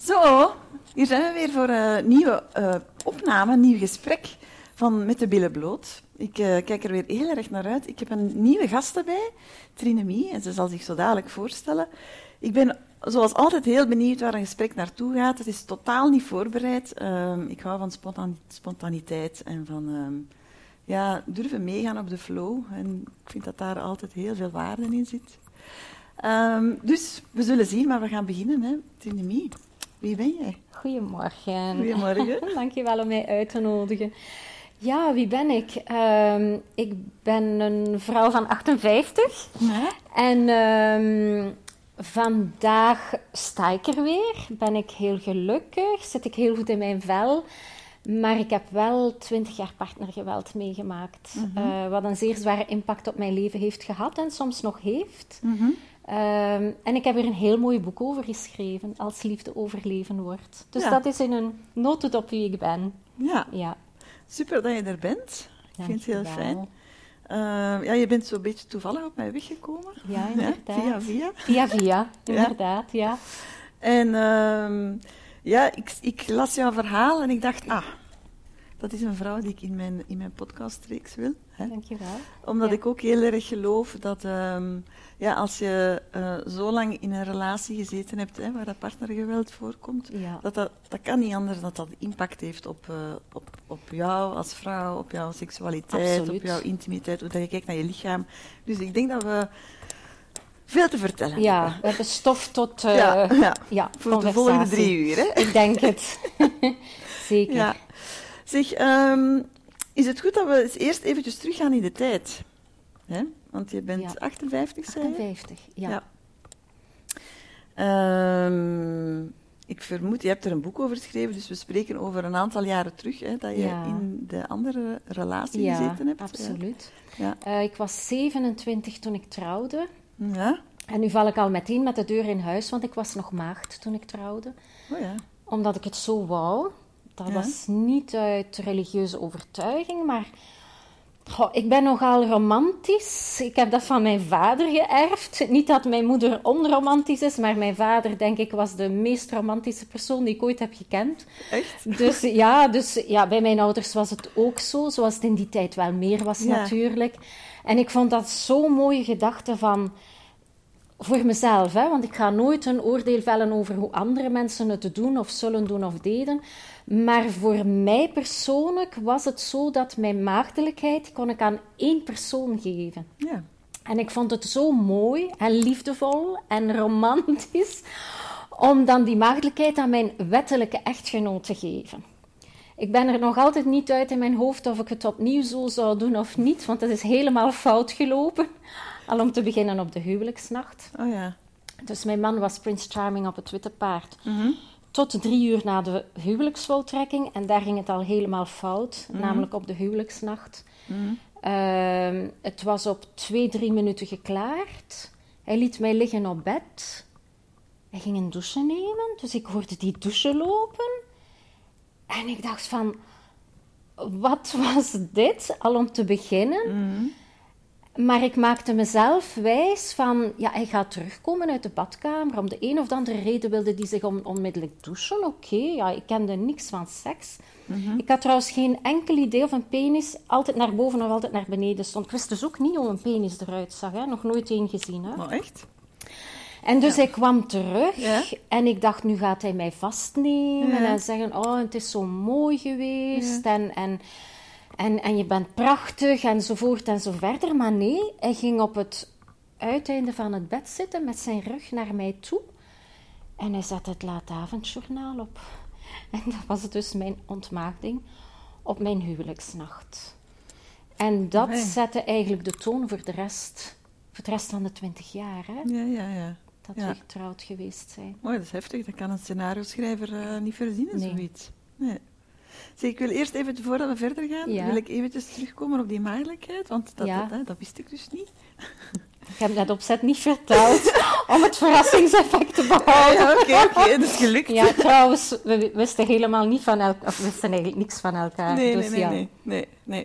Zo, hier zijn we weer voor een nieuwe opname, een nieuw gesprek van Met de Billen Bloot. Ik kijk er weer heel erg naar uit. Ik heb een nieuwe gast erbij, Trine Mie, en ze zal zich zo dadelijk voorstellen. Ik ben zoals altijd heel benieuwd waar een gesprek naartoe gaat. Het is totaal niet voorbereid. Ik hou van spontaniteit en van durven meegaan op de flow. En ik vind dat daar altijd heel veel waarde in zit. Dus we zullen zien, maar we gaan beginnen. Hè. Trine Mie, wie ben jij? Goedemorgen. Goedemorgen. Dank je wel om mij uit te nodigen. Ja, wie ben ik? Ik ben een vrouw van 58. Ja. En vandaag sta ik er weer. Ben ik heel gelukkig. Zit ik heel goed in mijn vel. Maar ik heb wel 20 jaar partnergeweld meegemaakt. Mhm. Wat een zeer zware impact op mijn leven heeft gehad en soms nog heeft. Mhm. En ik heb er een heel mooi boek over geschreven, Als liefde overleven wordt. Dus Ja. dat is in een notendop wie ik ben. Ja, Ja. super dat je er bent. Ik vind het heel Dankjewel. fijn. Je bent zo'n beetje toevallig op mij weggekomen. Ja, inderdaad. Via. Via, inderdaad, ja. En ik las jouw verhaal en ik dacht, dat is een vrouw die ik in mijn podcastreeks wil. Hè? Dankjewel. Omdat Ja. ik ook heel erg geloof dat als je zo lang in een relatie gezeten hebt, waar dat partnergeweld voorkomt, Ja. dat kan niet anders dan dat impact heeft op jou als vrouw, op jouw seksualiteit, Absoluut. op jouw intimiteit, hoe dat je kijkt naar je lichaam. Dus ik denk dat we veel te vertellen Ja, hebben. we hebben stof tot Voor de conversatie. volgende 3 uur. Hè? Ik denk het. Zeker. Ja. Zeg, is het goed dat we eens eerst eventjes teruggaan in de tijd? Hè? Want je bent Ja. 58, zei je? 58, ja. Ik vermoed, je hebt er een boek over geschreven, dus we spreken over een aantal jaren terug, hè, dat je Ja. in de andere relatie Ja, gezeten hebt. absoluut. Ja. Ik was 27 toen ik trouwde. Ja. En nu val ik al meteen met de deur in huis, want ik was nog maagd toen ik trouwde. Oh ja. Omdat ik het zo wou. Dat Ja. was niet uit religieuze overtuiging, maar ik ben nogal romantisch. Ik heb dat van mijn vader geërfd. Niet dat mijn moeder onromantisch is, maar mijn vader, denk ik, was de meest romantische persoon die ik ooit heb gekend. Echt? Dus bij mijn ouders was het ook zo, zoals het in die tijd wel meer was Ja. natuurlijk. En ik vond dat zo'n mooie gedachte van... Voor mezelf, hè, want ik ga nooit een oordeel vellen over hoe andere mensen het doen of zullen doen of deden. Maar voor mij persoonlijk was het zo dat mijn maagdelijkheid kon ik aan 1 persoon geven. Ja. En ik vond het zo mooi en liefdevol en romantisch om dan die maagdelijkheid aan mijn wettelijke echtgenoot te geven. Ik ben er nog altijd niet uit in mijn hoofd of ik het opnieuw zo zou doen of niet, want het is helemaal fout gelopen. Al om te beginnen op de huwelijksnacht. Oh ja. Dus mijn man was Prince Charming op het witte paard. Mhm. Tot 3 uur na de huwelijksvoltrekking. En daar ging het al helemaal fout. Namelijk op de huwelijksnacht. Mhm. Het was op 2-3 minuten geklaard. Hij liet mij liggen op bed. Hij ging een douche nemen. Dus ik hoorde die douche lopen. En ik dacht van... Wat was dit? Al om te beginnen... Mhm. Maar ik maakte mezelf wijs van, hij gaat terugkomen uit de badkamer. Om de een of andere reden wilde hij zich onmiddellijk douchen. Oké, ik kende niks van seks. Mhm. Ik had trouwens geen enkel idee of een penis altijd naar boven of altijd naar beneden stond. Ik wist dus ook niet hoe een penis eruit zag. Hè. Nog nooit één gezien. Hè. Maar echt? En dus hij kwam terug Ja. en ik dacht, nu gaat hij mij vastnemen Ja. en zeggen, het is zo mooi geweest en je bent prachtig enzovoort en zo verder. Maar nee, hij ging op het uiteinde van het bed zitten met zijn rug naar mij toe en hij zette het laatavondjournaal op. En dat was dus mijn ontmaagding op mijn huwelijksnacht. En dat Amai. zette eigenlijk de toon voor de rest van de 20 jaar, hè? Ja. Dat Ja. we getrouwd geweest zijn. Mooi, dat is heftig. Dat kan een scenario-schrijver niet verzinnen, Nee. zoiets. Nee. Zeg, ik wil eerst even, voordat we verder gaan, Ja. wil ik eventjes terugkomen op die maagdelijkheid, want Ja. dat wist ik dus niet. Ik heb dat opzet niet verteld om het verrassingseffect te behouden. Ja, oké, dat is gelukt. Ja, trouwens, we wisten helemaal niet van elkaar, of we wisten eigenlijk niks van elkaar. Nee, dus nee.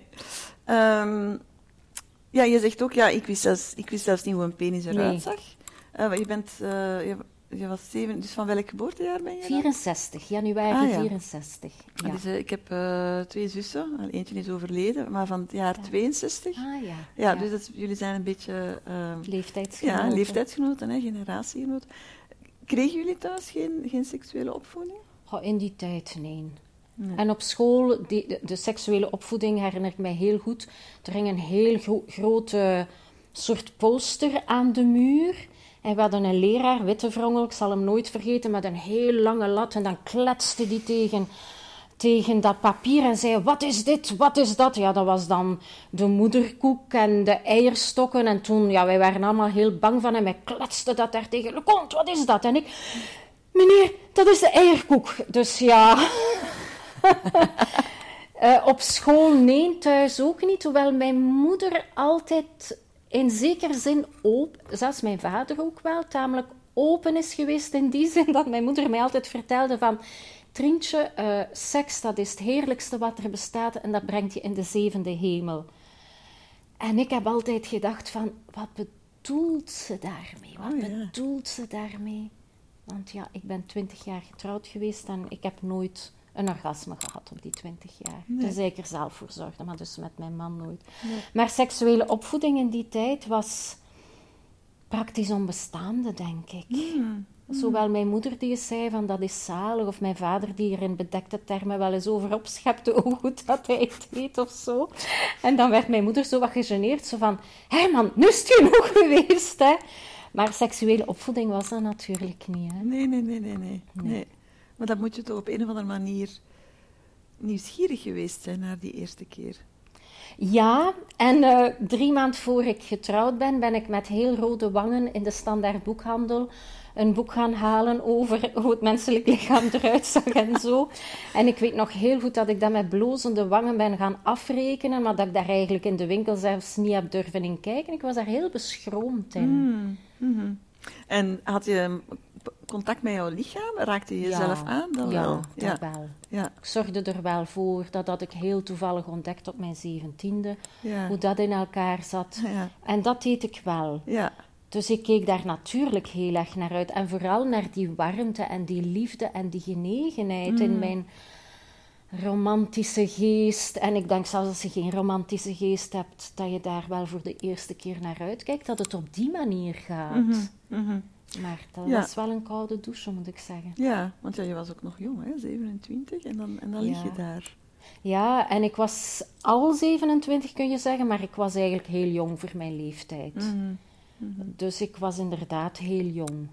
Je zegt ook, ik wist zelfs niet hoe een penis eruit Nee. zag. Je je was 7, dus van welk geboortejaar ben je dan? 64, januari 64. Ja. Dus, ik heb 2 zussen. Eentje is overleden, maar van het jaar 62. Ja, dus jullie zijn een beetje... leeftijdsgenoten. Ja, leeftijdsgenoten, generatiegenoten. Kregen jullie thuis geen seksuele opvoeding? In die tijd, nee. En op school, de seksuele opvoeding herinner ik mij heel goed. Er hing een heel grote soort poster aan de muur. En we hadden een leraar, Wittevrongen, ik zal hem nooit vergeten, met een heel lange lat. En dan kletste die tegen dat papier en zei, wat is dit, wat is dat? Ja, dat was dan de moederkoek en de eierstokken. En toen, wij waren allemaal heel bang van en wij kletsten dat daar tegen. Lekont, wat is dat? En ik, meneer, dat is de eierkoek. Dus ja... op school nee, thuis ook niet. Hoewel mijn moeder altijd in zekere zin open, zelfs mijn vader ook wel, tamelijk open is geweest in die zin dat mijn moeder mij altijd vertelde van... Trientje, seks, dat is het heerlijkste wat er bestaat en dat brengt je in de 7e hemel. En ik heb altijd gedacht van, wat bedoelt ze daarmee? Wat bedoelt ze daarmee? Want ja, ik ben 20 jaar getrouwd geweest en ik heb nooit een orgasme gehad op die 20 jaar. Nee. Dus ik er zelf voor zorgde, maar dus met mijn man nooit. Nee. Maar seksuele opvoeding in die tijd was praktisch onbestaande, denk ik. Zowel mijn moeder die eens zei van dat is zalig, of mijn vader die er in bedekte termen wel eens over opschepte hoe goed dat hij het deed of zo. En dan werd mijn moeder zo wat gegeneerd, zo van, Herman, nu is het genoeg geweest, hè. Maar seksuele opvoeding was dat natuurlijk niet, hè. Nee. Maar dan moet je toch op een of andere manier nieuwsgierig geweest zijn naar die eerste keer. Ja, en 3 maanden voor ik getrouwd ben ik met heel rode wangen in de Standaard Boekhandel een boek gaan halen over hoe het menselijk lichaam eruit zag en zo. En ik weet nog heel goed dat ik dat met blozende wangen ben gaan afrekenen, maar dat ik daar eigenlijk in de winkel zelfs niet heb durven in kijken. Ik was daar heel beschroomd in. En had je contact met jouw lichaam? Raakte je jezelf aan? Dan wel? Dat wel. Ja. Ik zorgde er wel voor. Dat had ik heel toevallig ontdekt op mijn 17e. Ja. Hoe dat in elkaar zat. Ja. En dat deed ik wel. Ja. Dus ik keek daar natuurlijk heel erg naar uit. En vooral naar die warmte en die liefde en die genegenheid in mijn romantische geest. En ik denk zelfs als je geen romantische geest hebt, dat je daar wel voor de eerste keer naar uitkijkt. Dat het op die manier gaat. Maar dat was wel een koude douche, moet ik zeggen. Ja, want je was ook nog jong, hè? 27, en dan lig je daar. Ja, en ik was al 27, kun je zeggen, maar ik was eigenlijk heel jong voor mijn leeftijd. Dus ik was inderdaad heel jong.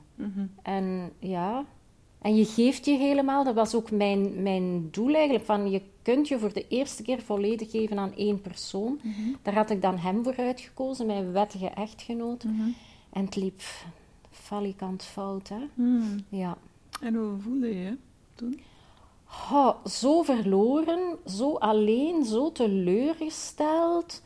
En ja, en je geeft je helemaal, dat was ook mijn doel eigenlijk, van je kunt je voor de eerste keer volledig geven aan 1 persoon. Daar had ik dan hem voor uitgekozen, mijn wettige echtgenoot. En het liep falikant fout, hè. Ja. En hoe voelde je je toen? Zo verloren, zo alleen, zo teleurgesteld.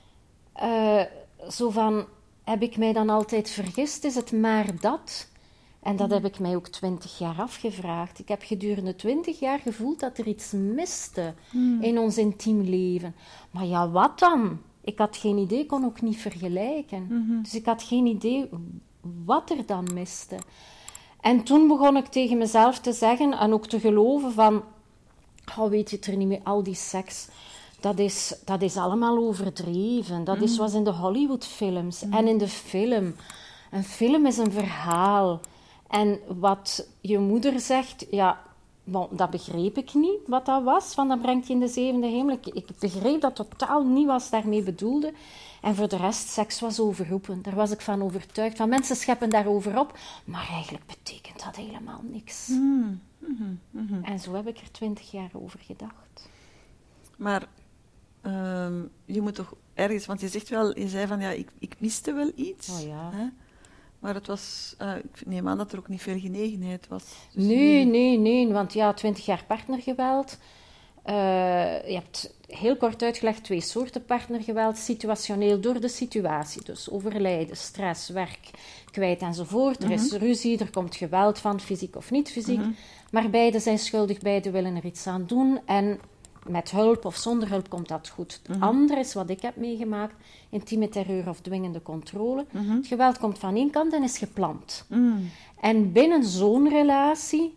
Zo van, heb ik mij dan altijd vergist? Is het maar dat? En dat heb ik mij ook 20 jaar afgevraagd. Ik heb gedurende 20 jaar gevoeld dat er iets miste in ons intiem leven. Maar ja, wat dan? Ik had geen idee, kon ook niet vergelijken. Dus ik had geen idee wat er dan miste. En toen begon ik tegen mezelf te zeggen en ook te geloven van, weet je het er niet meer, al die seks, dat is allemaal overdreven. Dat is zoals in de Hollywoodfilms. En in de film, een film is een verhaal. En wat je moeder zegt, dat begreep ik niet, wat dat was, van dat brengt je in de 7e hemel. Ik begreep dat totaal niet wat ze daarmee bedoelde. En voor de rest, seks was overroepen. Daar was ik van overtuigd. Van mensen scheppen daarover op, maar eigenlijk betekent dat helemaal niks. En zo heb ik er 20 jaar over gedacht. Maar je moet toch ergens, want je zegt wel, je zei van ik miste wel iets. Oh ja. Hè? Maar het was, ik neem aan dat er ook niet veel genegenheid was. Dus nee, want 20 jaar partnergeweld. Je hebt heel kort uitgelegd 2 soorten partnergeweld. Situationeel door de situatie. Dus overlijden, stress, werk, kwijt enzovoort. Er is ruzie, er komt geweld van, fysiek of niet fysiek. Maar beide zijn schuldig, beide willen er iets aan doen. En met hulp of zonder hulp komt dat goed. Het andere is wat ik heb meegemaakt, intieme terreur of dwingende controle. Het geweld komt van één kant en is gepland. En binnen zo'n relatie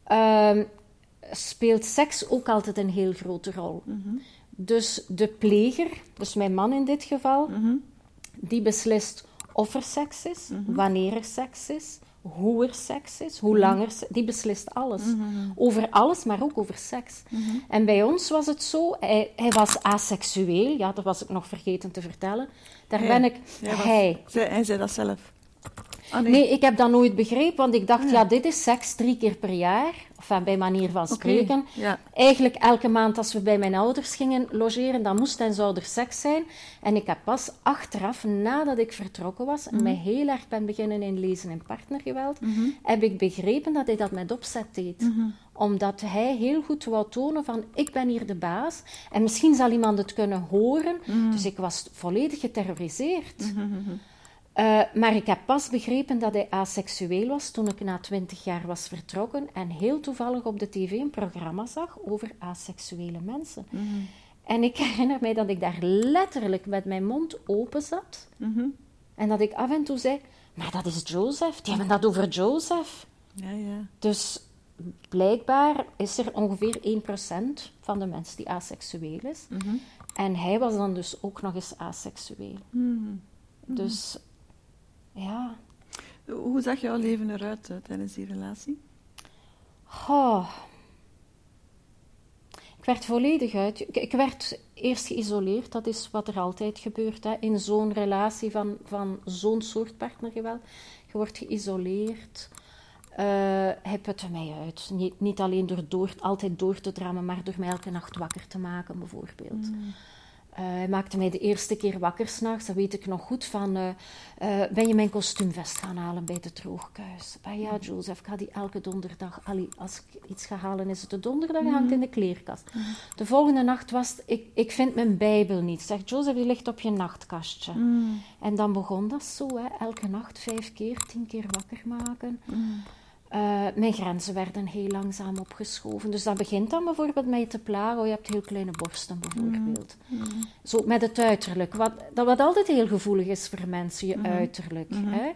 speelt seks ook altijd een heel grote rol. Dus de pleger, dus mijn man in dit geval, die beslist of er seks is, wanneer er seks is, hoe er seks is, hoe lang er seks, die beslist alles. Over alles, maar ook over seks. En bij ons was het zo, hij was aseksueel, ja, dat was ik nog vergeten te vertellen. Daar ben ik... Hij zei dat zelf. Nee, ik heb dat nooit begrepen, want ik dacht, dit is seks 3 keer per jaar. Enfin, bij manier van spreken. Ja. Eigenlijk elke maand als we bij mijn ouders gingen logeren, dan moest en zou er seks zijn. En ik heb pas achteraf, nadat ik vertrokken was, en mij heel erg ben beginnen inlezen in partnergeweld, heb ik begrepen dat hij dat met opzet deed. Omdat hij heel goed wou tonen van, ik ben hier de baas. En misschien zal iemand het kunnen horen. Dus ik was volledig geterroriseerd. Maar ik heb pas begrepen dat hij aseksueel was toen ik na 20 jaar was vertrokken en heel toevallig op de tv een programma zag over aseksuele mensen. En ik herinner mij dat ik daar letterlijk met mijn mond open zat en dat ik af en toe zei, maar dat is Joseph, die hebben dat over Joseph. Ja. Dus blijkbaar is er ongeveer 1% van de mensen die aseksueel is. En hij was dan dus ook nog eens aseksueel. Dus... ja. Hoe zag jouw leven eruit tijdens die relatie? Ik werd volledig uit. Ik werd eerst geïsoleerd. Dat is wat er altijd gebeurt. Hè. In zo'n relatie van zo'n soort partnergeweld. Je wordt geïsoleerd. Hij putte mij uit. Niet alleen door altijd door te drammen, maar door mij elke nacht wakker te maken, bijvoorbeeld. Hij maakte mij de eerste keer wakker 's nachts, dat weet ik nog goed, van... ben je mijn kostuumvest gaan halen bij de droogkuis? Ja, Joseph, ik ga die elke donderdag... als ik iets ga halen, is het de donderdag, hangt in de kleerkast. De volgende nacht was het, ik vind mijn Bijbel niet. Zeg, Joseph, die ligt op je nachtkastje. En dan begon dat zo, hè, elke nacht 5 keer, 10 keer wakker maken... mijn grenzen werden heel langzaam opgeschoven. Dus dat begint dan bijvoorbeeld met je te plagen. Je hebt heel kleine borsten, bijvoorbeeld. Zo met het uiterlijk. Wat altijd heel gevoelig is voor mensen, je uiterlijk. Hè?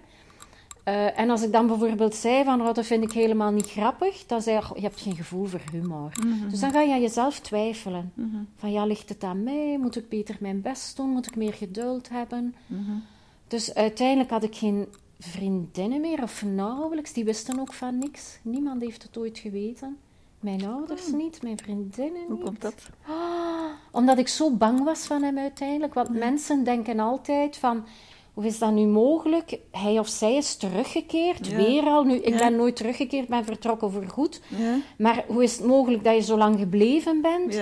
En als ik dan bijvoorbeeld zei van, dat vind ik helemaal niet grappig, dan zei je hebt geen gevoel voor humor. Dus dan ga je aan jezelf twijfelen. Van, ja, ligt het aan mij? Moet ik beter mijn best doen? Moet ik meer geduld hebben? Dus uiteindelijk had ik geen... vriendinnen meer, of nauwelijks, die wisten ook van niks. Niemand heeft het ooit geweten. Mijn ouders niet, mijn vriendinnen niet. Hoe komt dat? Omdat ik zo bang was van hem uiteindelijk. Want mensen denken altijd van, hoe is dat nu mogelijk? Hij of zij is teruggekeerd, weer al. Nu, ik ben nooit teruggekeerd, ben vertrokken voor goed. Maar hoe is het mogelijk dat je zo lang gebleven bent?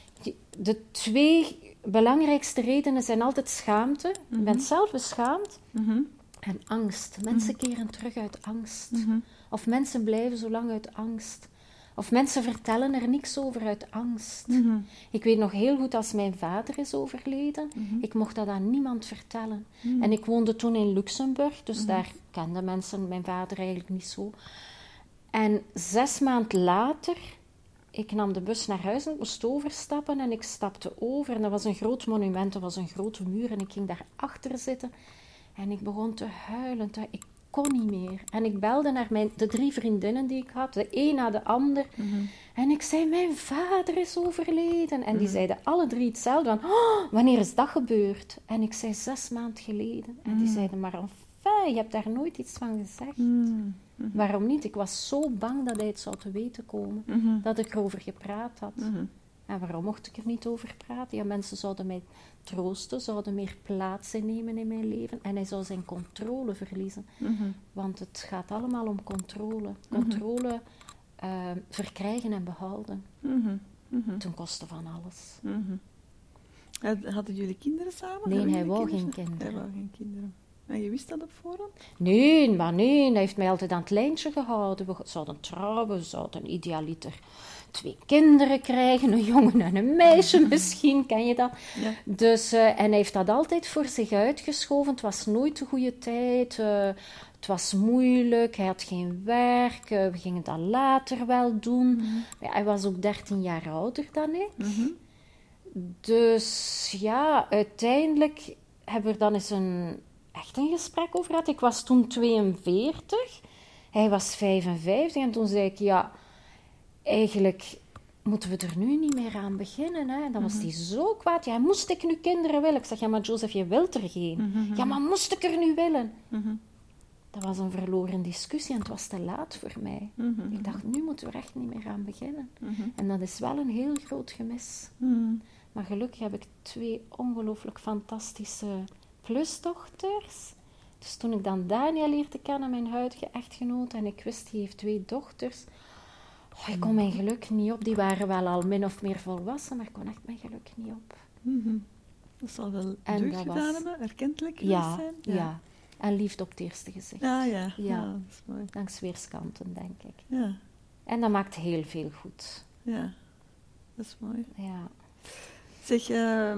De 2 belangrijkste redenen zijn altijd schaamte. Je bent zelf beschaamd. En angst. Mensen keren terug uit angst. Of mensen blijven zo lang uit angst. Of mensen vertellen er niks over uit angst. Ik weet nog heel goed, als mijn vader is overleden, ik mocht dat aan niemand vertellen. En ik woonde toen in Luxemburg, dus daar kenden mensen mijn vader eigenlijk niet zo. En 6 maanden later, ik nam de bus naar huis en ik moest overstappen en ik stapte over. En dat was een groot monument, dat was een grote muur en ik ging daarachter zitten. En ik begon te huilen. Ik kon niet meer. En ik belde naar de 3 vriendinnen die ik had. De een na de ander. En ik zei, mijn vader is overleden. En die zeiden alle 3 hetzelfde. Van, wanneer is dat gebeurd? En ik zei, 6 maanden geleden. En die zeiden, maar enfin, je hebt daar nooit iets van gezegd. Waarom niet? Ik was zo bang dat hij het zou te weten komen. Dat ik erover gepraat had. En waarom mocht ik er niet over praten? Ja, mensen zouden mij troosten, zouden meer plaats innemen in mijn leven. En hij zou zijn controle verliezen. Want het gaat allemaal om controle. Controle verkrijgen en behouden. Ten koste van alles. Hadden jullie kinderen samen? Nee, hij wou geen kinderen. Hij wou geen kinderen. En je wist dat op voorhand? Nee, hij heeft mij altijd aan het lijntje gehouden. We zouden trouwen, we zouden idealiter 2 kinderen krijgen, een jongen en een meisje misschien, ken je dat? Ja. Dus, en hij heeft dat altijd voor zich uitgeschoven. Het was nooit de goede tijd. Het Het was moeilijk, hij had geen werk, we gingen dat later wel doen. Mhm. Ja, hij was ook 13 jaar ouder dan ik. Mhm. Dus ja, uiteindelijk hebben we er dan eens echt een gesprek over gehad. Ik was toen 42, hij was 55 en toen zei ik, ja, eigenlijk moeten we er nu niet meer aan beginnen. Hè? Dan was hij zo kwaad. Ja, moest ik nu kinderen willen? Ik zeg, ja, maar Joseph, je wilt er geen. Ja, maar moest ik er nu willen? Dat was een verloren discussie en het was te laat voor mij. Ik dacht, nu moeten we er echt niet meer aan beginnen. En dat is wel een heel groot gemis. Maar gelukkig heb ik 2 ongelooflijk fantastische plusdochters. Dus toen ik dan Daniel leerde kennen, mijn huidige echtgenoot, en ik wist, hij heeft 2 dochters... Oh, ik kon mijn geluk niet op. Die waren wel al min of meer volwassen, maar ik kon echt mijn geluk niet op. Dat zal wel En deugd dat gedaan was- hebben, erkentelijk geweest Ja, zijn. ja. En liefde op het eerste gezicht. Ja, ja. Ja. Dat is mooi. Langs weerskanten, denk ik. Ja, En dat maakt heel veel goed. ja. Dat is mooi. Ja. Zeg,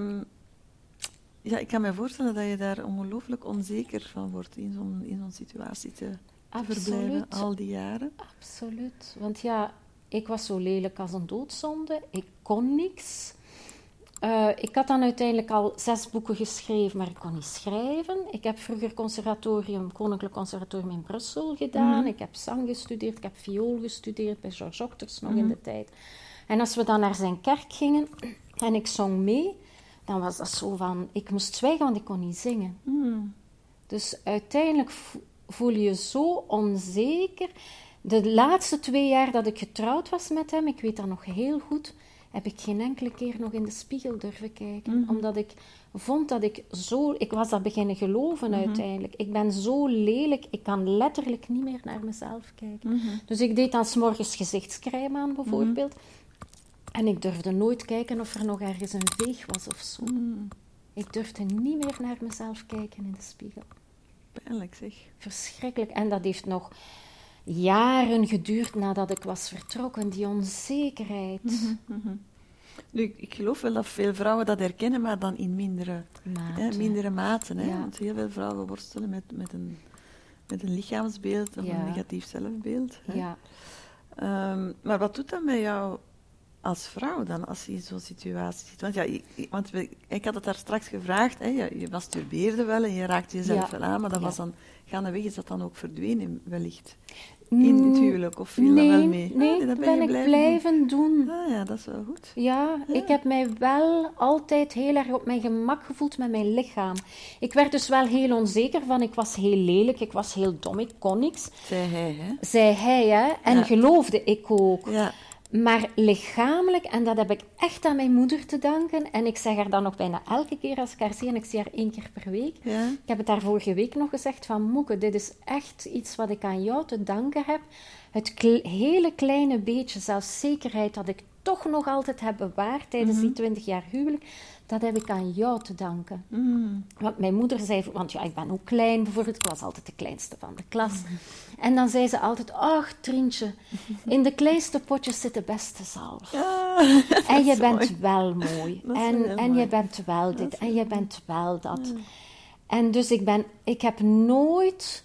ja, ik kan me voorstellen dat je daar ongelooflijk onzeker van wordt in zo'n situatie te verblijven, Absoluut. al die jaren. Absoluut. Want ja, ik was zo lelijk als een doodzonde. Ik kon niks. Ik had dan uiteindelijk al 6 boeken geschreven, maar ik kon niet schrijven. Ik heb vroeger Koninklijk Conservatorium in Brussel gedaan. Ik heb zang gestudeerd, ik heb viool gestudeerd bij George Ochters nog in de tijd. En als we dan naar zijn kerk gingen en ik zong mee, dan was dat zo van... Ik moest zwijgen, want ik kon niet zingen. Dus uiteindelijk voel je je zo onzeker. De laatste 2 jaar dat ik getrouwd was met hem, ik weet dat nog heel goed, heb ik geen enkele keer nog in de spiegel durven kijken. Omdat ik vond dat ik zo... Ik was dat beginnen geloven uiteindelijk. Ik ben zo lelijk, ik kan letterlijk niet meer naar mezelf kijken. Dus ik deed dan 's morgens gezichtscrème aan, bijvoorbeeld. En ik durfde nooit kijken of er nog ergens een veeg was of zo. Ik durfde niet meer naar mezelf kijken in de spiegel. Pijnlijk zeg. Verschrikkelijk. En dat heeft nog jaren geduurd nadat ik was vertrokken, die onzekerheid. Nu, ik geloof wel dat veel vrouwen dat herkennen, maar dan in mindere maten. Hè? Ja. Want heel veel vrouwen worstelen met een lichaamsbeeld of een negatief zelfbeeld. Hè? Ja. Maar wat doet dat met jou als vrouw dan, als je in zo'n situatie zit? Want, ja, ik had het daar straks gevraagd, hè? Je masturbeerde wel en je raakte jezelf wel aan, maar dat was dan, gaandeweg is dat dan ook verdwenen wellicht in het huwelijk, of viel dat wel mee? Nee, dat ben ik blijven doen. Ah ja, dat is wel goed. Ja, ik heb mij wel altijd heel erg op mijn gemak gevoeld met mijn lichaam. Ik werd dus wel heel onzeker van, ik was heel lelijk, ik was heel dom, ik kon niks. Zei hij, hè? En geloofde ik ook. Ja. Maar lichamelijk, en dat heb ik echt aan mijn moeder te danken, en ik zeg haar dan nog bijna elke keer als ik haar zie, en ik zie haar 1 keer per week. Ja. Ik heb het haar vorige week nog gezegd van, Moeke, dit is echt iets wat ik aan jou te danken heb. Het hele kleine beetje zelfzekerheid dat ik toch nog altijd heb bewaard tijdens die 20 jaar huwelijk, dat heb ik aan jou te danken. Want mijn moeder zei, want ja, ik ben ook klein bijvoorbeeld, ik was altijd de kleinste van de klas. En dan zei ze altijd, ach Trientje, in de kleinste potjes zit de beste zalf. En je bent wel mooi. En je bent wel dit. En je bent wel dat. En dus ik heb nooit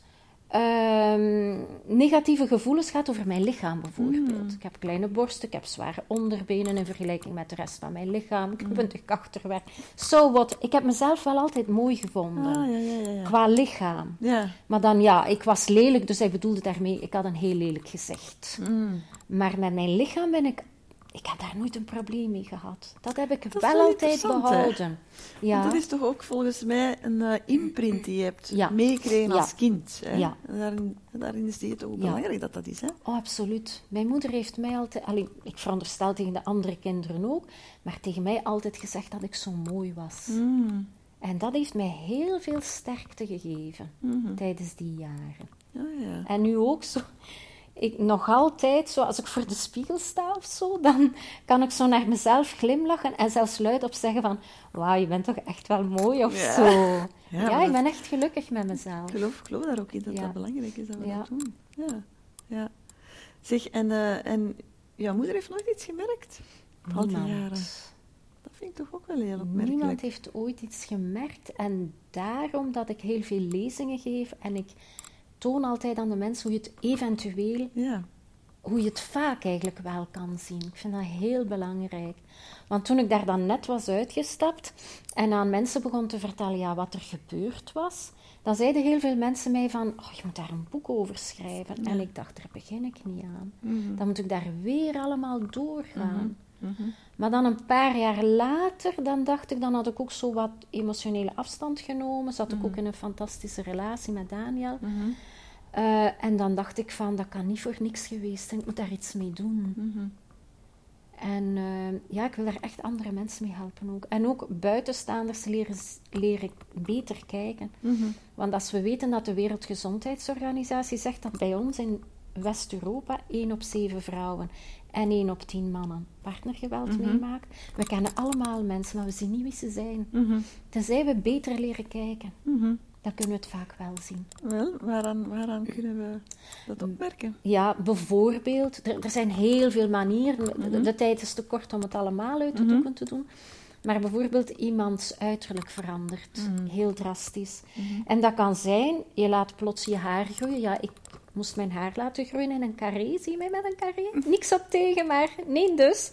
negatieve gevoelens gehad over mijn lichaam bijvoorbeeld. Ik heb kleine borsten, ik heb zware onderbenen in vergelijking met de rest van mijn lichaam. Ik heb een dik achterwerk. So what? Ik heb mezelf wel altijd mooi gevonden. Qua lichaam. Ja. Maar dan ja, ik was lelijk, dus hij bedoelde daarmee, ik had een heel lelijk gezicht. Maar met mijn lichaam ik heb daar nooit een probleem mee gehad. Dat heb ik wel altijd behouden. Ja. Want dat is toch ook volgens mij een imprint die je hebt meegekregen Ja. als kind. Hè? Ja. Daarin is het ook belangrijk dat dat is. Hè? Oh, absoluut. Mijn moeder heeft mij altijd... ik veronderstel tegen de andere kinderen ook, maar tegen mij altijd gezegd dat ik zo mooi was. En dat heeft mij heel veel sterkte gegeven tijdens die jaren. Ja. En nu ook zo... Ik nog altijd, zo, als ik voor de spiegel sta of zo, dan kan ik zo naar mezelf glimlachen en zelfs luidop zeggen van, wauw, je bent toch echt wel mooi of zo. Ja, ik ben echt gelukkig met mezelf. Ik geloof daar ook in dat dat belangrijk is dat we dat doen. Ja. Zeg, en jouw moeder heeft nooit iets gemerkt? Al die jaren. Dat vind ik toch ook wel heel opmerkelijk. Niemand heeft ooit iets gemerkt. En daarom dat ik heel veel lezingen geef en ik toon altijd aan de mensen hoe je het eventueel, hoe je het vaak eigenlijk wel kan zien. Ik vind dat heel belangrijk. Want toen ik daar dan net was uitgestapt en aan mensen begon te vertellen wat er gebeurd was, dan zeiden heel veel mensen mij van, je moet daar een boek over schrijven. Ja. En ik dacht, daar begin ik niet aan. Mm-hmm. Dan moet ik daar weer allemaal doorgaan. Mm-hmm. Maar dan een paar jaar later, dan had ik ook zo wat emotionele afstand genomen. Zat ik ook in een fantastische relatie met Daniel. Mm-hmm. En dan dacht ik van, dat kan niet voor niks geweest zijn. Ik moet daar iets mee doen. Mm-hmm. En ik wil daar echt andere mensen mee helpen ook. En ook buitenstaanders leren beter kijken. Mm-hmm. Want als we weten dat de Wereldgezondheidsorganisatie zegt dat bij ons in West-Europa 1 op 7 vrouwen en 1 op 10 mannen partnergeweld meemaakt. We kennen allemaal mensen, maar we zien niet wie ze zijn. Mm-hmm. Tenzij we beter leren kijken. Mm-hmm. Dan kunnen we het vaak wel zien. Wel, waaraan kunnen we dat opmerken? Ja, bijvoorbeeld, er zijn heel veel manieren. Mm-hmm. De tijd is te kort om het allemaal uit de doeken te doen. Maar bijvoorbeeld iemands uiterlijk verandert. Heel drastisch. Mm-hmm. En dat kan zijn, je laat plots je haar groeien. Ja, ik moest mijn haar laten groeien in een carré. Zie je mij met een carré? Niks op tegen, maar nee dus.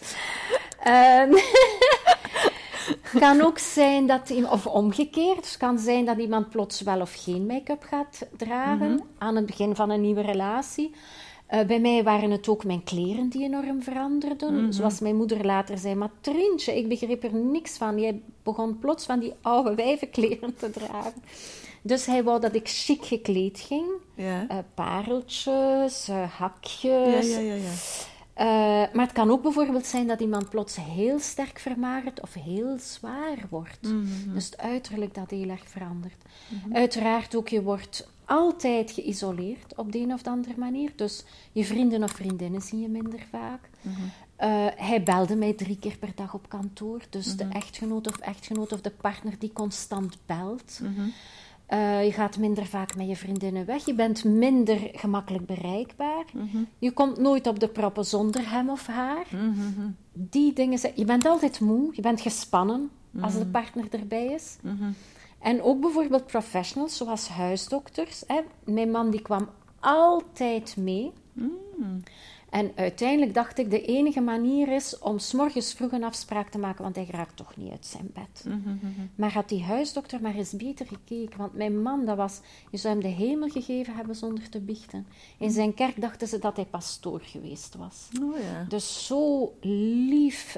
Kan ook zijn dat, of omgekeerd, het kan zijn dat iemand plots wel of geen make-up gaat dragen aan het begin van een nieuwe relatie. Bij mij waren het ook mijn kleren die enorm veranderden. Zoals mijn moeder later zei, maar Trintje, ik begreep er niks van. Jij begon plots van die oude wijvenkleren te dragen. Dus hij wou dat ik chic gekleed ging. Ja. Pareltjes, hakjes. Ja. Maar het kan ook bijvoorbeeld zijn dat iemand plots heel sterk vermagert of heel zwaar wordt. Mm-hmm. Dus het uiterlijk dat heel erg verandert. Mm-hmm. Uiteraard ook, je wordt altijd geïsoleerd op de een of de andere manier. Dus je vrienden of vriendinnen zie je minder vaak. Mm-hmm. Hij belde mij 3 keer per dag op kantoor. Dus de echtgenoot of de partner die constant belt. Mm-hmm. Je gaat minder vaak met je vriendinnen weg. Je bent minder gemakkelijk bereikbaar. Mm-hmm. Je komt nooit op de proppen zonder hem of haar. Mm-hmm. Die dingen zijn... Je bent altijd moe. Je bent gespannen als de partner erbij is. Mm-hmm. En ook bijvoorbeeld professionals, zoals huisdokters. Mijn man die kwam altijd mee. Mm-hmm. En uiteindelijk dacht ik, de enige manier is om 's morgens vroeg een afspraak te maken, want hij raakt toch niet uit zijn bed. Mm-hmm. Maar had die huisdokter maar eens beter gekeken, want mijn man, je zou hem de hemel gegeven hebben zonder te biechten. In zijn kerk dachten ze dat hij pastoor geweest was. Oh, ja. Dus zo lief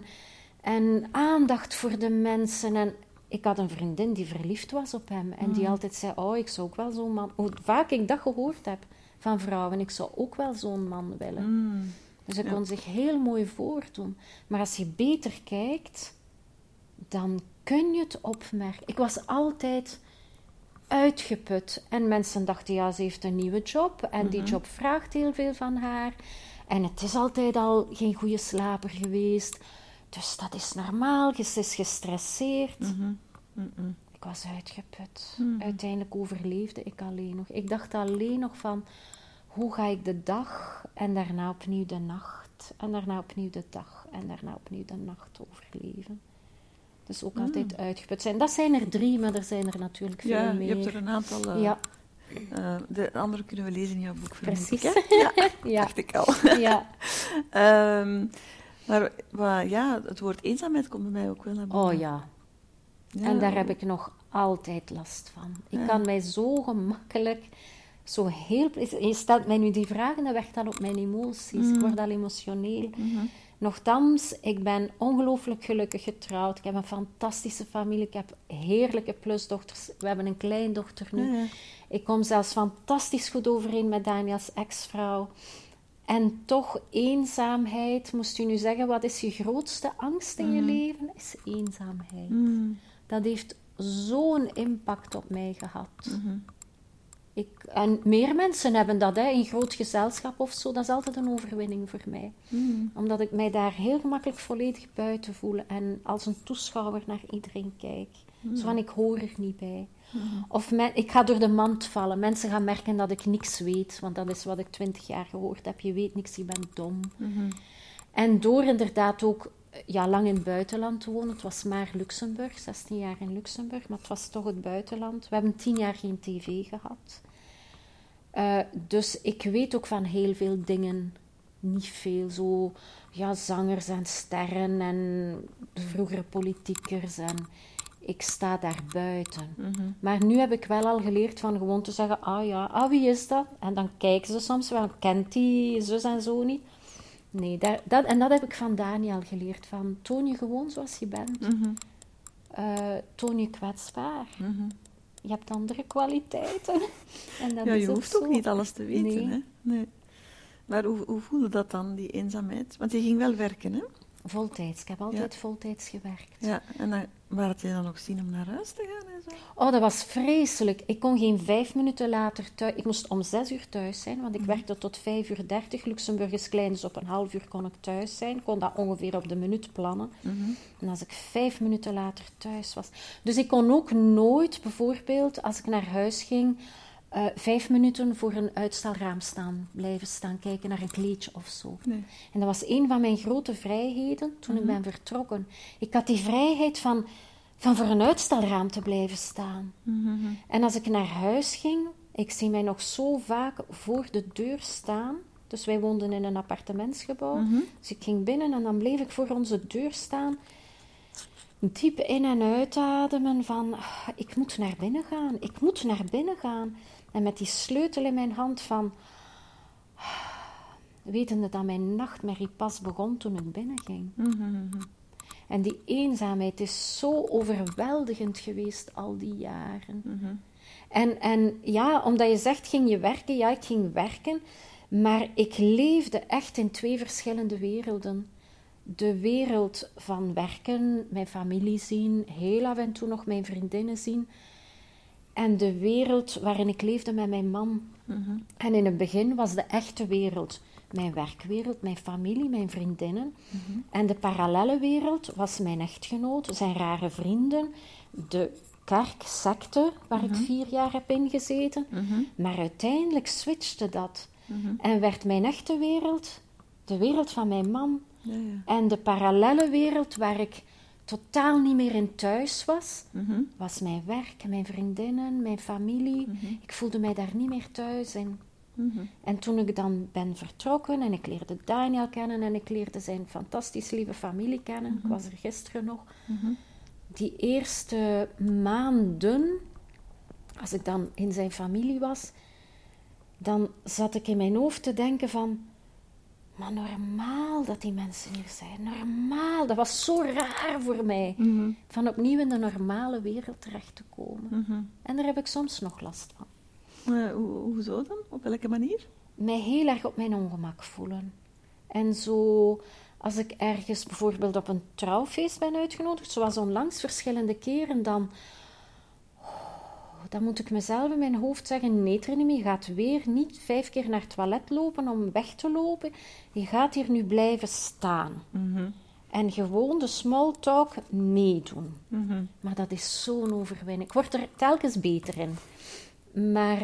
en aandacht voor de mensen. En ik had een vriendin die verliefd was op hem en die altijd zei, ik zou ook wel zo'n man... Hoe vaak ik dat gehoord heb van vrouwen, ik zou ook wel zo'n man willen. Dus hij kon zich heel mooi voordoen. Maar als je beter kijkt, dan kun je het opmerken. Ik was altijd uitgeput. En mensen dachten, ze heeft een nieuwe job. En die job vraagt heel veel van haar. En het is altijd al geen goede slaper geweest. Dus dat is normaal. Ze is gestresseerd. Ik was uitgeput. Uiteindelijk overleefde ik alleen nog. Ik dacht alleen nog van, hoe ga ik de dag en daarna opnieuw de nacht en daarna opnieuw de dag en daarna opnieuw de nacht overleven. Dus ook altijd uitgeput zijn. Dat zijn er 3, maar er zijn er natuurlijk veel meer. Je hebt er een aantal. De andere kunnen we lezen in jouw boek. Precies. Ja, dacht ik al. Ja. Maar het woord eenzaamheid komt bij mij ook wel naar boven. Oh ja. En daar heb ik nog altijd last van. Ik kan mij zo gemakkelijk... Je stelt mij nu die vragen, dan werkt dat op mijn emoties. Ik word al emotioneel. Nochtans, ik ben ongelooflijk gelukkig getrouwd. Ik heb een fantastische familie. Ik heb heerlijke plusdochters. We hebben een kleindochter nu. Ik kom zelfs fantastisch goed overeen met Daniels ex-vrouw. En toch eenzaamheid. Moest u nu zeggen, wat is je grootste angst in je leven? Is eenzaamheid. Dat heeft zo'n impact op mij gehad. En meer mensen hebben dat, in groot gezelschap of zo. Dat is altijd een overwinning voor mij. Omdat ik mij daar heel gemakkelijk volledig buiten voel. En als een toeschouwer naar iedereen kijk. Zo van, ik hoor er niet bij. Of ik ga door de mand vallen. Mensen gaan merken dat ik niks weet. Want dat is wat ik 20 jaar gehoord heb. Je weet niks, je bent dom. En door inderdaad ook lang in het buitenland te wonen. Het was maar Luxemburg, 16 jaar in Luxemburg. Maar het was toch het buitenland. We hebben 10 jaar geen tv gehad. Dus ik weet ook van heel veel dingen niet veel. Zo, ja, zangers en sterren en de vroegere politiekers. En ik sta daar buiten. Maar nu heb ik wel al geleerd van gewoon te zeggen, wie is dat? En dan kijken ze soms wel, kent die zus en zo niet? Nee, dat heb ik van Daniel geleerd. Van, toon je gewoon zoals je bent. Toon je kwetsbaar. Je hebt andere kwaliteiten. En dat je hoeft ook niet alles te weten. Nee. Hè? Nee. Maar hoe voelde dat dan, die eenzaamheid? Want je ging wel werken, hè? Voltijds. Ik heb altijd voltijds gewerkt. Ja, en waar had je dan nog zin om naar huis te gaan en zo? Oh, dat was vreselijk. Ik kon geen 5 minuten later thuis... Ik moest om 6 uur thuis zijn, want ik werkte tot 5:30. Luxemburg is klein, dus op een half uur kon ik thuis zijn. Ik kon dat ongeveer op de minuut plannen. En als ik 5 minuten later thuis was... Dus ik kon ook nooit, bijvoorbeeld, als ik naar huis ging... 5 minuten voor een uitstalraam blijven staan, kijken naar een kleedje of zo. Nee. En dat was een van mijn grote vrijheden toen ik ben vertrokken. Ik had die vrijheid van voor een uitstalraam te blijven staan. En als ik naar huis ging, ik zie mij nog zo vaak voor de deur staan. Dus wij woonden in een appartementsgebouw. Dus ik ging binnen en dan bleef ik voor onze deur staan. Diep in- en uitademen van, ik moet naar binnen gaan. En met die sleutel in mijn hand van, wetende dat mijn nachtmerrie pas begon toen ik binnenging. En die eenzaamheid is zo overweldigend geweest al die jaren. En ja, omdat je zegt, ging je werken? Ja, ik ging werken. Maar ik leefde echt in 2 verschillende werelden. De wereld van werken, mijn familie zien, heel af en toe nog mijn vriendinnen zien. En de wereld waarin ik leefde met mijn man. En in het begin was de echte wereld mijn werkwereld, mijn familie, mijn vriendinnen. En de parallelle wereld was mijn echtgenoot, zijn rare vrienden, de kerk, secte, waar ik 4 jaar heb ingezeten. Maar uiteindelijk switchte dat. En werd mijn echte wereld de wereld van mijn man. Ja. En de parallelle wereld waar ik totaal niet meer in thuis was, was mijn werk, mijn vriendinnen, mijn familie. Ik voelde mij daar niet meer thuis in. En toen ik dan ben vertrokken en ik leerde Daniel kennen en ik leerde zijn fantastisch lieve familie kennen, ik was er gisteren nog, die eerste maanden, als ik dan in zijn familie was, dan zat ik in mijn hoofd te denken van, maar normaal dat die mensen hier zijn. Normaal. Dat was zo raar voor mij. Van opnieuw in de normale wereld terecht te komen. En daar heb ik soms nog last van. Hoezo dan? Op welke manier? Mij heel erg op mijn ongemak voelen. En zo, als ik ergens bijvoorbeeld op een trouwfeest ben uitgenodigd, zoals onlangs verschillende keren, dan moet ik mezelf in mijn hoofd zeggen, nee Trinemi, je gaat weer niet 5 keer naar het toilet lopen om weg te lopen. Je gaat hier nu blijven staan. En gewoon de small talk meedoen. Maar dat is zo'n overwinning. Ik word er telkens beter in. Maar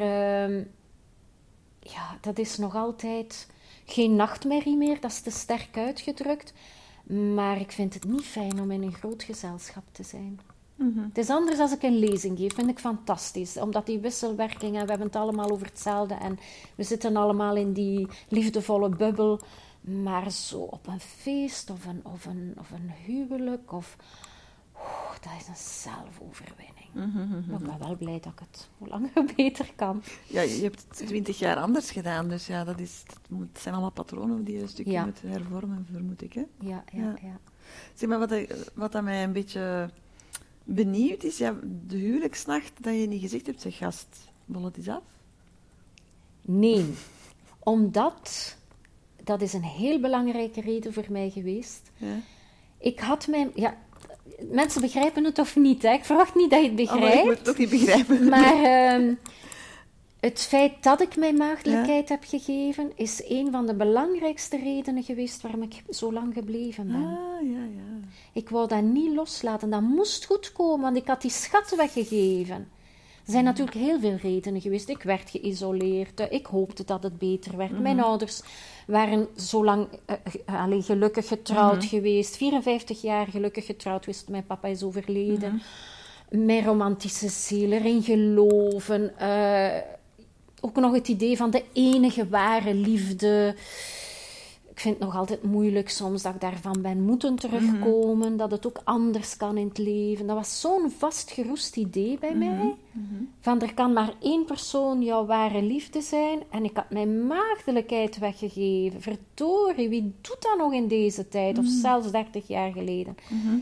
ja, dat is nog altijd geen nachtmerrie meer, dat is te sterk uitgedrukt. Maar ik vind het niet fijn om in een groot gezelschap te zijn. Het is anders als ik een lezing geef, vind ik fantastisch. Omdat die wisselwerking, en we hebben het allemaal over hetzelfde en we zitten allemaal in die liefdevolle bubbel. Maar zo op een feest of een huwelijk, dat is een zelfoverwinning. Maar ik ben wel blij dat ik het hoe langer hoe beter kan. Ja, je hebt het 20 jaar anders gedaan, dus ja, het zijn allemaal patronen die je een stukje moet hervormen, vermoed ik. Hè? Ja. Zeg maar, wat dat mij een beetje benieuwd is, ja, de huwelijksnacht dat je niet gezegd hebt, zeg gast, bol het eens af? Nee, omdat, dat is een heel belangrijke reden voor mij geweest. Ja. Ik had mijn... Ja, mensen begrijpen het of niet, hè? Ik verwacht niet dat je het begrijpt. Ik moet het ook niet begrijpen. Maar het feit dat ik mijn maagdelijkheid heb gegeven, is een van de belangrijkste redenen geweest waarom ik zo lang gebleven ben. Ja. Ik wou dat niet loslaten. Dat moest goed komen, want ik had die schat weggegeven. Er zijn natuurlijk heel veel redenen geweest. Ik werd geïsoleerd. Ik hoopte dat het beter werd. Mijn ouders waren zo lang gelukkig getrouwd geweest. 54 jaar gelukkig getrouwd geweest. Mijn papa is overleden. Mijn romantische ziel, erin geloven. ook nog het idee van de enige ware liefde. Ik vind het nog altijd moeilijk soms dat ik daarvan ben moeten terugkomen. Dat het ook anders kan in het leven. Dat was zo'n vastgeroest idee bij mij. Van er kan maar één persoon jouw ware liefde zijn. En ik had mijn maagdelijkheid weggegeven. Verdorie, wie doet dat nog in deze tijd? Of zelfs 30 jaar geleden.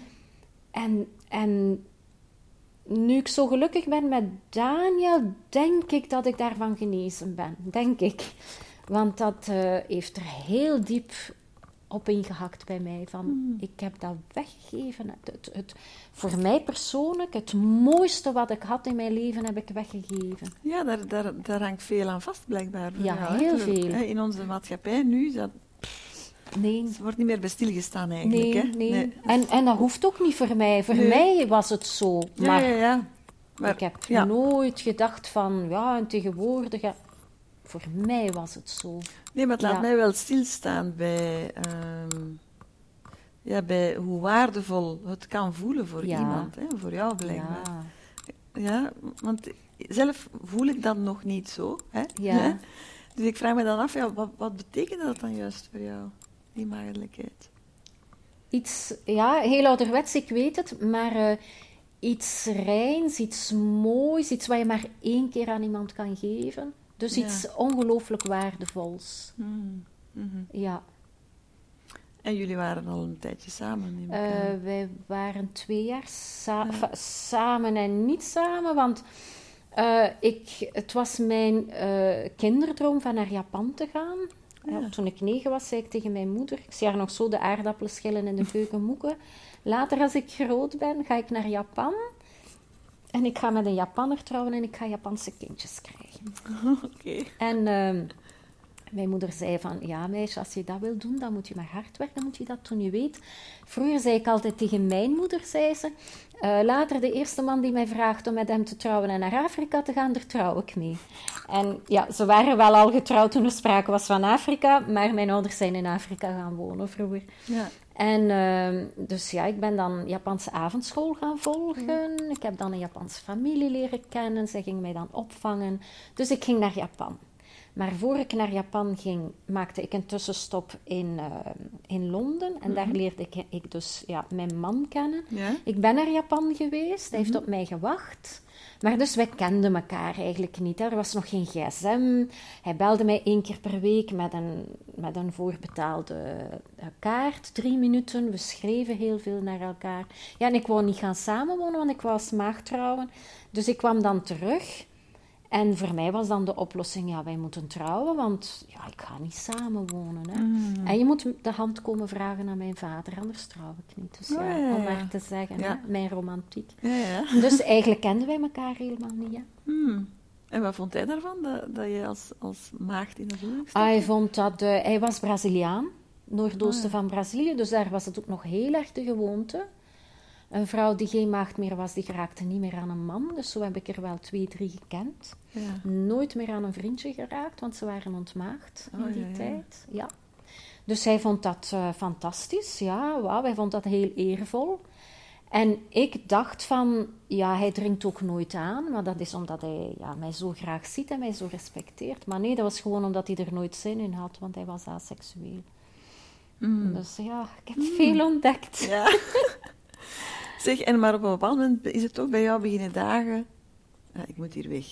En nu ik zo gelukkig ben met Daniel, denk ik dat ik daarvan genezen ben. Denk ik. Want dat heeft er heel diep op ingehakt bij mij. Van, ik heb dat weggegeven. Voor mij persoonlijk, het mooiste wat ik had in mijn leven, heb ik weggegeven. Ja, daar hangt veel aan vast, blijkbaar. Ja, jou, heel veel. In onze maatschappij nu, Nee. het wordt niet meer bij stilgestaan eigenlijk. Nee, hè? nee. En dat hoeft ook niet voor mij. Voor mij was het zo. Maar, Maar ik heb nooit gedacht van, ja, en tegenwoordig... Voor mij was het zo. Nee, maar het laat mij wel stilstaan bij hoe waardevol het kan voelen voor iemand. Hè? Voor jou blijkbaar. Ja, want zelf voel ik dat nog niet zo. Hè? Ja. Dus ik vraag me dan af, wat betekent dat dan juist voor jou, die maagdelijkheid? Iets, heel ouderwets, ik weet het, maar iets reins, iets moois, iets wat je maar 1 keer aan iemand kan geven. Dus iets ongelooflijk waardevols. Ja. En jullie waren al een tijdje samen? Wij waren 2 jaar samen en niet samen, want het was mijn kinderdroom van naar Japan te gaan. Toen ik 9 was, zei ik tegen mijn moeder, ik zie haar nog zo de aardappelen schillen in de keuken moeken. Later, als ik groot ben, ga ik naar Japan. En ik ga met een Japanner trouwen en ik ga Japanse kindjes krijgen. Oké. En mijn moeder zei van, ja meisje, als je dat wil doen, dan moet je maar hard werken, dan moet je dat doen. Je weet, vroeger zei ik altijd tegen mijn moeder, zei ze, later de eerste man die mij vraagt om met hem te trouwen en naar Afrika te gaan, daar trouw ik mee. En ja, ze waren wel al getrouwd toen er sprake was van Afrika, maar mijn ouders zijn in Afrika gaan wonen vroeger. Ja. En dus ik ben dan Japanse avondschool gaan volgen. Ik heb dan een Japanse familie leren kennen. Zij ging mij dan opvangen. Dus ik ging naar Japan. Maar voor ik naar Japan ging, maakte ik een tussenstop in Londen. En daar leerde ik dus mijn man kennen. Ja. Ik ben naar Japan geweest. Hij heeft op mij gewacht. Maar dus wij kenden elkaar eigenlijk niet. Hè. Er was nog geen gsm. Hij belde mij 1 keer per week met een voorbetaalde kaart. 3 minuten. We schreven heel veel naar elkaar. Ja, en ik wou niet gaan samenwonen, want ik wou als maagd trouwen. Dus ik kwam dan terug. En voor mij was dan de oplossing, wij moeten trouwen, want ik ga niet samenwonen. Hè. En je moet de hand komen vragen aan mijn vader, anders trouw ik niet. Dus om maar te zeggen, hè, mijn romantiek. Ja. Dus eigenlijk kenden wij elkaar helemaal niet. Hè. En wat vond hij daarvan, dat je als maagd in de huwelijk stond? Hij vond dat, hij was Braziliaan, noordoosten van Brazilië, dus daar was het ook nog heel erg de gewoonte. Een vrouw die geen maagd meer was, die geraakte niet meer aan een man. Dus zo heb ik er wel 2, 3 gekend. Ja. Nooit meer aan een vriendje geraakt, want ze waren ontmaagd in die tijd. Ja. Dus hij vond dat fantastisch. Ja, wauw, hij vond dat heel eervol. En ik dacht van, hij dringt ook nooit aan. Maar dat is omdat hij mij zo graag ziet en mij zo respecteert. Maar nee, dat was gewoon omdat hij er nooit zin in had, want hij was aseksueel. Dus ik heb veel ontdekt. Ja. Zeg, maar op een bepaald moment is het toch bij jou beginnen dagen. Ik moet hier weg.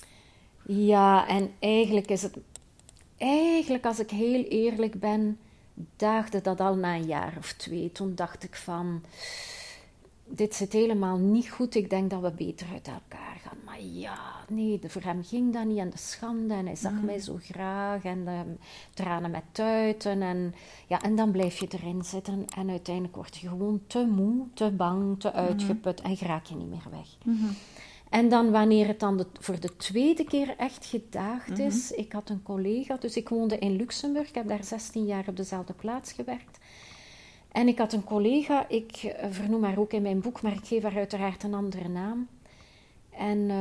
Ja, en eigenlijk is het... Eigenlijk, als ik heel eerlijk ben, daagde dat al na een jaar of 2. Toen dacht ik van... Dit zit helemaal niet goed. Ik denk dat we beter uit elkaar gaan. Maar nee, voor hem ging dat niet. En de schande. En hij zag mij zo graag. En de tranen met tuiten. En dan blijf je erin zitten. En uiteindelijk word je gewoon te moe, te bang, te uitgeput. En raak je niet meer weg. En dan wanneer het dan voor de 2e keer echt gedaagd is. Ik had een collega. Dus ik woonde in Luxemburg. Ik heb daar 16 jaar op dezelfde plaats gewerkt. En ik had een collega, ik vernoem haar ook in mijn boek, maar ik geef haar uiteraard een andere naam. En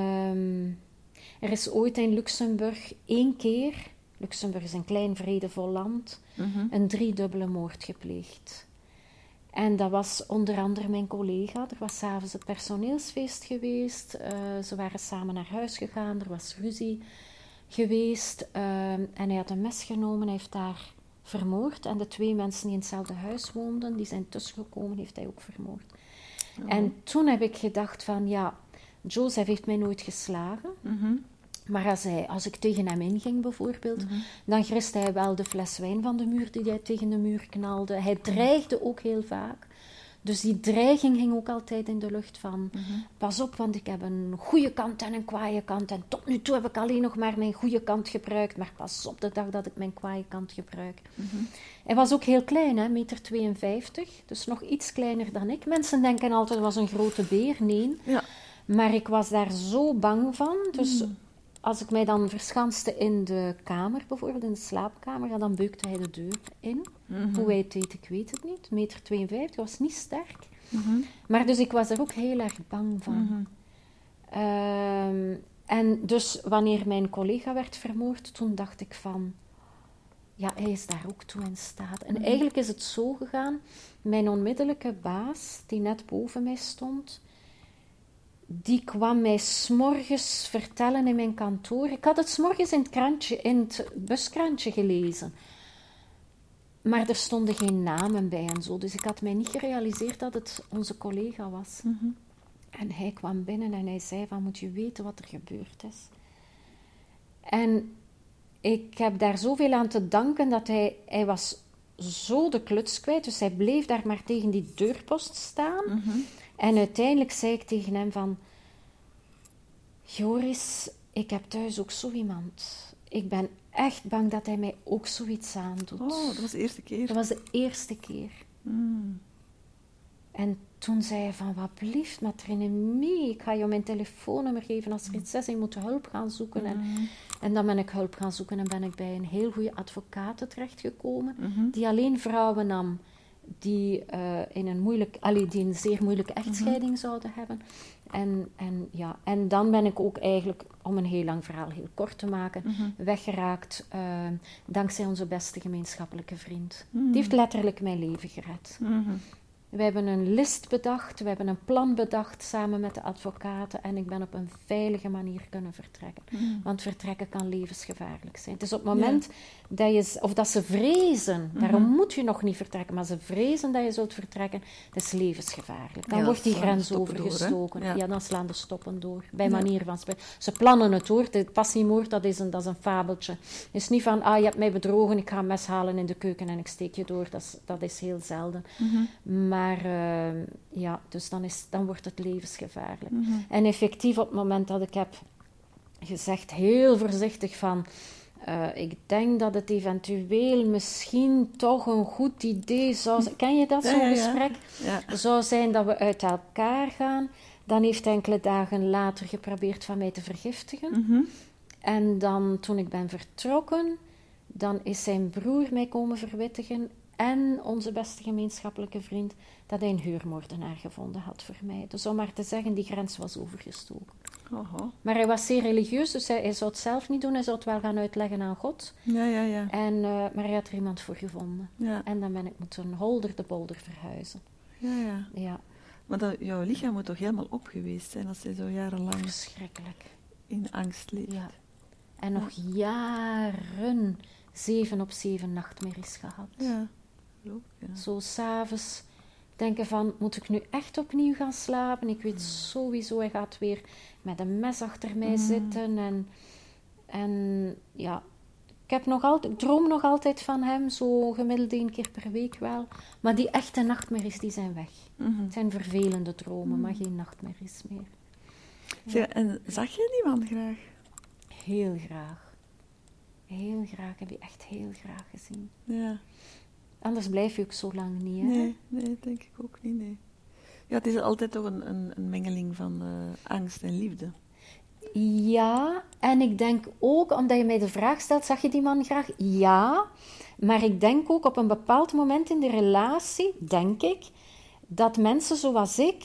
er is ooit in Luxemburg 1 keer, Luxemburg is een klein vredevol land, een 3-dubbele moord gepleegd. En dat was onder andere mijn collega. Er was 's avonds een personeelsfeest geweest. Ze waren samen naar huis gegaan, er was ruzie. geweest. En hij had een mes genomen, hij heeft daar vermoord. En de 2 mensen die in hetzelfde huis woonden, die zijn tussengekomen, heeft hij ook vermoord. En toen heb ik gedacht van, ja, Joseph heeft mij nooit geslagen. Maar als ik tegen hem inging bijvoorbeeld, dan griste hij wel de fles wijn van de muur die hij tegen de muur knalde. Hij dreigde ook heel vaak. Dus die dreiging hing ook altijd in de lucht van, pas op, want ik heb een goede kant en een kwaaie kant. En tot nu toe heb ik alleen nog maar mijn goede kant gebruikt. Maar pas op de dag dat ik mijn kwaaie kant gebruik. Hij was ook heel klein, hè, 1,52 meter. Dus nog iets kleiner dan ik. Mensen denken altijd, het was een grote beer. Nee. Ja. Maar ik was daar zo bang van. Dus als ik mij dan verschanste in de kamer, bijvoorbeeld in de slaapkamer, ja, dan beukte hij de deur in. Hoe hij het deed, ik weet het niet. 1,52 meter, was niet sterk. Maar dus ik was er ook heel erg bang van. En dus wanneer mijn collega werd vermoord, toen dacht ik van, ja, hij is daar ook toe in staat. En eigenlijk is het zo gegaan, mijn onmiddellijke baas, die net boven mij stond, die kwam mij 's morgens vertellen in mijn kantoor. Ik had het 's morgens in het buskrantje gelezen. Maar er stonden geen namen bij en zo. Dus ik had mij niet gerealiseerd dat het onze collega was. En hij kwam binnen en hij zei van, moet je weten wat er gebeurd is? En ik heb daar zoveel aan te danken dat hij was zo de kluts kwijt. Dus hij bleef daar maar tegen die deurpost staan. En uiteindelijk zei ik tegen hem van, Joris, ik heb thuis ook zo iemand. Ik ben echt bang dat hij mij ook zoiets aandoet. Oh, dat was de eerste keer. Dat was de eerste keer. En toen zei hij van, wat blieft, maar Trinemi, ik ga je mijn telefoonnummer geven als er iets is en je moet hulp gaan zoeken. En dan ben ik hulp gaan zoeken en ben ik bij een heel goede advocaat terechtgekomen, die alleen vrouwen nam die die een zeer moeilijke echtscheiding zouden hebben. En dan ben ik ook eigenlijk, om een heel lang verhaal heel kort te maken, weggeraakt dankzij onze beste gemeenschappelijke vriend. Die heeft letterlijk mijn leven gered. We hebben een list bedacht, we hebben een plan bedacht samen met de advocaten en ik ben op een veilige manier kunnen vertrekken. Want vertrekken kan levensgevaarlijk zijn. Het is op het moment dat ze vrezen, daarom moet je nog niet vertrekken, maar ze vrezen dat je zult vertrekken, dat is levensgevaarlijk. Dan wordt die grens overgestoken. Ja, dan slaan de stoppen door, bij manier van spreken. Ze plannen het hoor, de passiemoord, dat is een fabeltje. Het is niet van, je hebt mij bedrogen, ik ga een mes halen in de keuken en ik steek je door. Dat is heel zelden. Maar dus dan wordt het levensgevaarlijk. En effectief op het moment dat ik heb gezegd, heel voorzichtig van, ik denk dat het eventueel misschien toch een goed idee zou zijn. Ken je dat, zo'n gesprek? Ja. Zou zijn dat we uit elkaar gaan. Dan heeft hij enkele dagen later geprobeerd van mij te vergiftigen. En dan, toen ik ben vertrokken, dan is zijn broer mij komen verwittigen en onze beste gemeenschappelijke vriend, dat hij een huurmoordenaar gevonden had voor mij. Dus om maar te zeggen, die grens was overgestoken. Maar hij was zeer religieus, dus hij zou het zelf niet doen. Hij zou het wel gaan uitleggen aan God. Maar hij had er iemand voor gevonden. En dan ben ik moeten holder de bolder verhuizen. Ja. Maar jouw lichaam moet toch helemaal op geweest zijn als hij zo jarenlang verschrikkelijk in angst leeft. Ja. En nog jaren 7 op 7 nachtmerries gehad. Ja. Zo 's avonds denken van, moet ik nu echt opnieuw gaan slapen? Ik weet sowieso, hij gaat weer met een mes achter mij zitten. En ja, ik droom nog altijd van hem, zo gemiddeld 1 keer per week wel. Maar die echte nachtmerries, die zijn weg. Het zijn vervelende dromen, maar geen nachtmerries meer. Ja. En zag je die man graag? Heel graag. Heel graag, heb je echt heel graag gezien. Ja. Anders blijf je ook zo lang niet, hè? Nee, denk ik ook niet, nee. Ja, het is altijd toch een mengeling van angst en liefde. Ja, en ik denk ook, omdat je mij de vraag stelt, zag je die man graag? Ja, maar ik denk ook op een bepaald moment in de relatie, denk ik, dat mensen zoals ik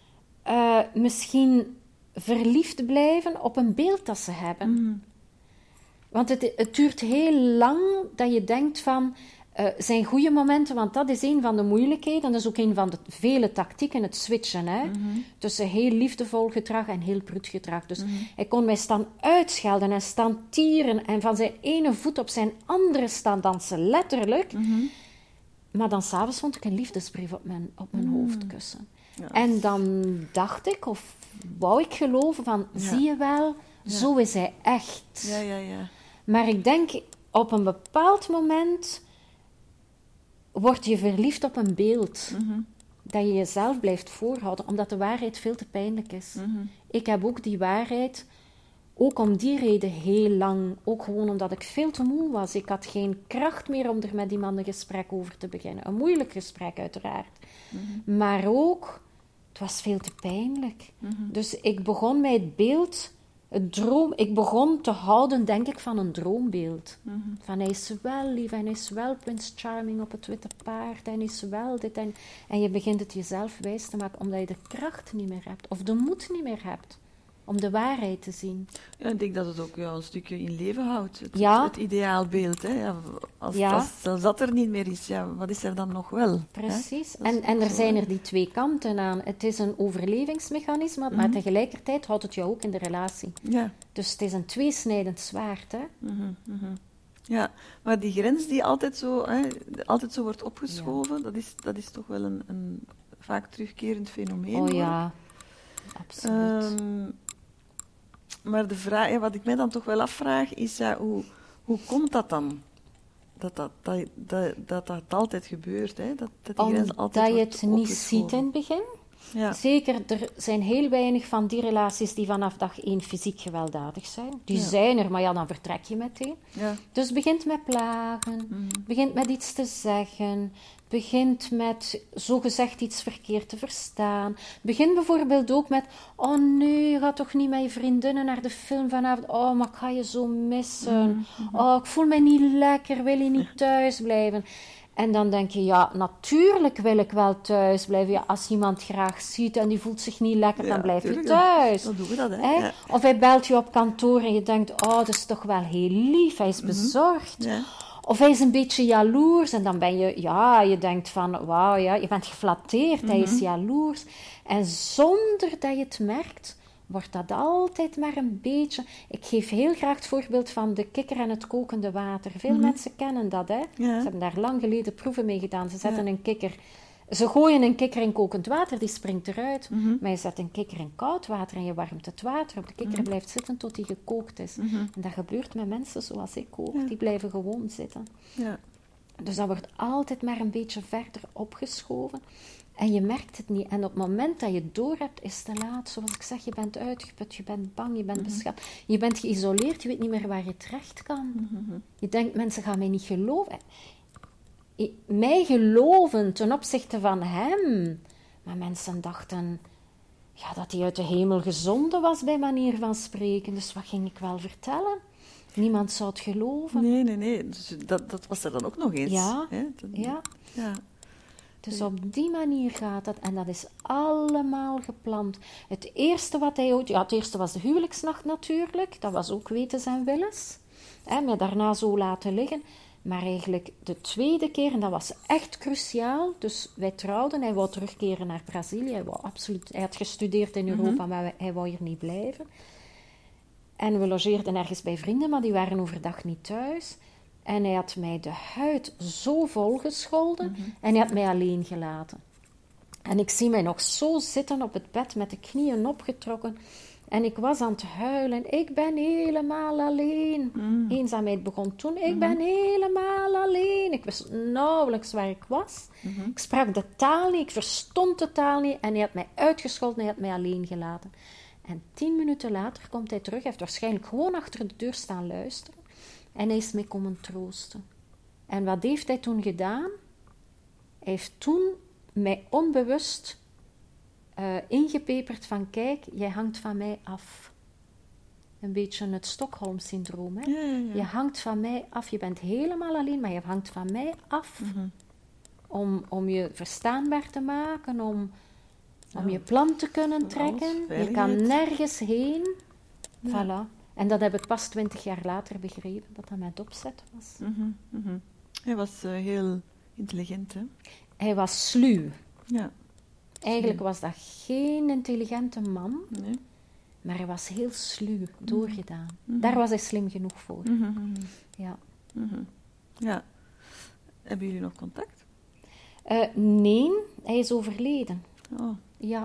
misschien verliefd blijven op een beeld dat ze hebben. Want het duurt heel lang dat je denkt van, zijn goede momenten, want dat is een van de moeilijkheden. Dat is ook een van de vele tactieken, het switchen. Hè? Tussen heel liefdevol gedrag en heel bruut gedrag. Dus hij kon mij staan uitschelden en staan tieren en van zijn ene voet op zijn andere staan dansen, letterlijk. Maar dan s'avonds vond ik een liefdesbrief op mijn hoofdkussen. Ja. En dan dacht ik, of wou ik geloven van, zie je wel, zo is hij echt. Ja. Maar ik denk, op een bepaald moment word je verliefd op een beeld. Dat je jezelf blijft voorhouden, omdat de waarheid veel te pijnlijk is. Ik heb ook die waarheid, ook om die reden heel lang, ook gewoon omdat ik veel te moe was. Ik had geen kracht meer om er met die man een gesprek over te beginnen. Een moeilijk gesprek, uiteraard. Maar ook, het was veel te pijnlijk. Dus ik begon mij het beeld, ik begon te houden, denk ik, van een droombeeld. Van hij is wel lief en hij is wel Prince Charming op het witte paard en hij is wel dit en je begint het jezelf wijs te maken omdat je de kracht niet meer hebt of de moed niet meer hebt om de waarheid te zien. Ja, ik denk dat het ook een stukje in leven houdt, het ideaalbeeld. Hè? Ja, als dat er niet meer is, wat is er dan nog wel? Precies. En er zijn er die twee kanten aan. Het is een overlevingsmechanisme, maar tegelijkertijd houdt het jou ook in de relatie. Ja. Dus het is een tweesnijdend zwaard. Hè? Ja, maar die grens die altijd zo wordt opgeschoven, dat is toch wel een vaak terugkerend fenomeen. Oh ja, absoluut. Maar de vraag, wat ik mij dan toch wel afvraag, is hoe komt dat dan? Dat altijd gebeurt, hè? Dat die grens altijd omdat je het niet ziet in het begin. Ja. Zeker, er zijn heel weinig van die relaties die vanaf dag 1 fysiek gewelddadig zijn. Die zijn er, maar dan vertrek je meteen. Ja. Dus het begint met plagen, begint met iets te zeggen, begint met zogezegd iets verkeerd te verstaan. Begint bijvoorbeeld ook met, oh nee, ga toch niet met je vriendinnen naar de film vanavond. Oh, maar ik ga je zo missen. Oh, ik voel me niet lekker, wil je niet thuis blijven? En dan denk je, ja, natuurlijk wil ik wel thuis blijven. Ja, als iemand graag ziet en die voelt zich niet lekker, dan blijf je thuis. Dan doen we dat, hè? Ja. Of hij belt je op kantoor en je denkt, oh, dat is toch wel heel lief, hij is bezorgd. Ja. Of hij is een beetje jaloers en dan ben je, je denkt van, wauw, je bent geflatteerd, hij is jaloers. En zonder dat je het merkt, wordt dat altijd maar een beetje... Ik geef heel graag het voorbeeld van de kikker en het kokende water. Veel mensen kennen dat, hè. Ja. Ze hebben daar lang geleden proeven mee gedaan. Ze zetten een kikker... Ze gooien een kikker in kokend water, die springt eruit. Maar je zet een kikker in koud water en je warmt het water op. De kikker blijft zitten tot die gekookt is. En dat gebeurt met mensen zoals ik ook. Ja. Die blijven gewoon zitten. Ja. Dus dat wordt altijd maar een beetje verder opgeschoven. En je merkt het niet. En op het moment dat je het doorhebt, is het te laat. Zoals ik zeg, je bent uitgeput, je bent bang, je bent beschaamd. Je bent geïsoleerd, je weet niet meer waar je terecht kan. Je denkt, mensen gaan mij niet geloven. Mij geloven ten opzichte van hem. Maar mensen dachten dat hij uit de hemel gezonden was, bij manier van spreken. Dus wat ging ik wel vertellen? Niemand zou het geloven. Nee. Dus dat was er dan ook nog eens. Ja, hè? Ja. Dus op die manier gaat dat. En dat is allemaal gepland. Het eerste wat hij ooit... Ja, het eerste was de huwelijksnacht natuurlijk. Dat was ook wetens en willens. Mij daarna zo laten liggen. Maar eigenlijk de tweede keer, en dat was echt cruciaal. Dus wij trouwden. Hij wou terugkeren naar Brazilië. Hij had gestudeerd in Europa, maar hij wou hier niet blijven. En we logeerden ergens bij vrienden, maar die waren overdag niet thuis. En hij had mij de huid zo volgescholden en hij had mij alleen gelaten. En ik zie mij nog zo zitten op het bed met de knieën opgetrokken. En ik was aan het huilen. Ik ben helemaal alleen. Eenzaamheid begon toen. Ik ben helemaal alleen. Ik wist nauwelijks waar ik was. Ik sprak de taal niet, ik verstond de taal niet. En hij had mij uitgescholden en hij had mij alleen gelaten. En 10 minuten later komt hij terug. Hij heeft waarschijnlijk gewoon achter de deur staan luisteren. En hij is mij komen troosten. En wat heeft hij toen gedaan? Hij heeft toen mij onbewust ingepeperd van, kijk, jij hangt van mij af. Een beetje het Stockholm-syndroom. Hè? Ja. Je hangt van mij af. Je bent helemaal alleen, maar je hangt van mij af. Om je verstaanbaar te maken, om je plan te kunnen trekken. Je kan nergens heen. Ja. Voilà. En dat heb ik pas 20 jaar later begrepen, dat dat met opzet was. Hij was heel intelligent, hè? Hij was sluw. Ja. Eigenlijk was dat geen intelligente man, Nee. maar hij was heel sluw, doorgedaan. Daar was hij slim genoeg voor. Ja. Ja. Hebben jullie nog contact? Nee, hij is overleden. Oh. Ja.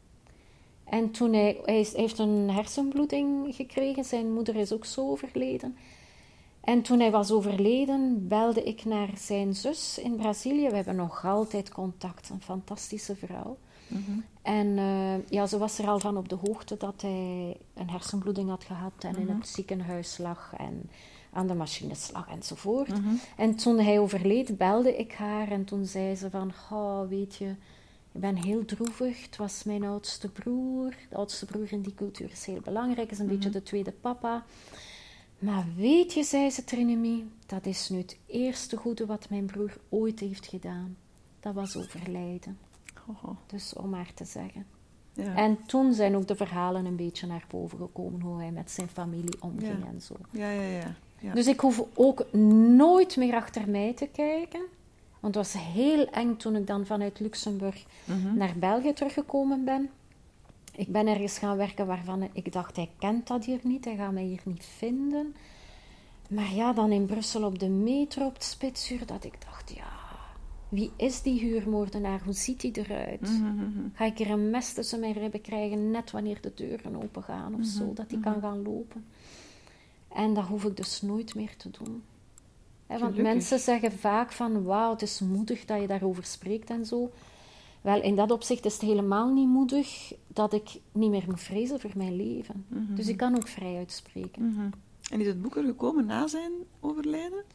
En toen hij heeft een hersenbloeding gekregen. Zijn moeder is ook zo overleden. En toen hij was overleden, belde ik naar zijn zus in Brazilië. We hebben nog altijd contact. Een fantastische vrouw. En ze was er al van op de hoogte dat hij een hersenbloeding had gehad en in het ziekenhuis lag en aan de machines lag enzovoort. En toen hij overleed, belde ik haar en toen zei ze van, weet je, ik ben heel droevig. Het was mijn oudste broer. De oudste broer in die cultuur is heel belangrijk, is een beetje de tweede papa. Maar weet je, zei ze, Trinemie, dat is nu het eerste goede wat mijn broer ooit heeft gedaan. Dat was overlijden. Dus om maar te zeggen. Ja. En toen zijn ook de verhalen een beetje naar boven gekomen, hoe hij met zijn familie omging en zo. Ja. Dus ik hoef ook nooit meer achter mij te kijken. Want het was heel eng toen ik dan vanuit Luxemburg naar België teruggekomen ben. Ik ben ergens gaan werken waarvan ik dacht, hij kent dat hier niet, hij gaat mij hier niet vinden. Maar ja, dan in Brussel op de metro, op het Spitsuur, dat ik dacht, wie is die huurmoordenaar? Hoe ziet hij eruit? Ga ik er een mes tussen mijn ribben krijgen, net wanneer de deuren open gaan of zo, dat hij kan gaan lopen? En dat hoef ik dus nooit meer te doen. Want mensen zeggen vaak van, wauw, het is moedig dat je daarover spreekt en zo. Wel, in dat opzicht is het helemaal niet moedig dat ik niet meer moet vrezen voor mijn leven. Dus ik kan ook vrij uitspreken. En is het boek er gekomen na zijn overlijden?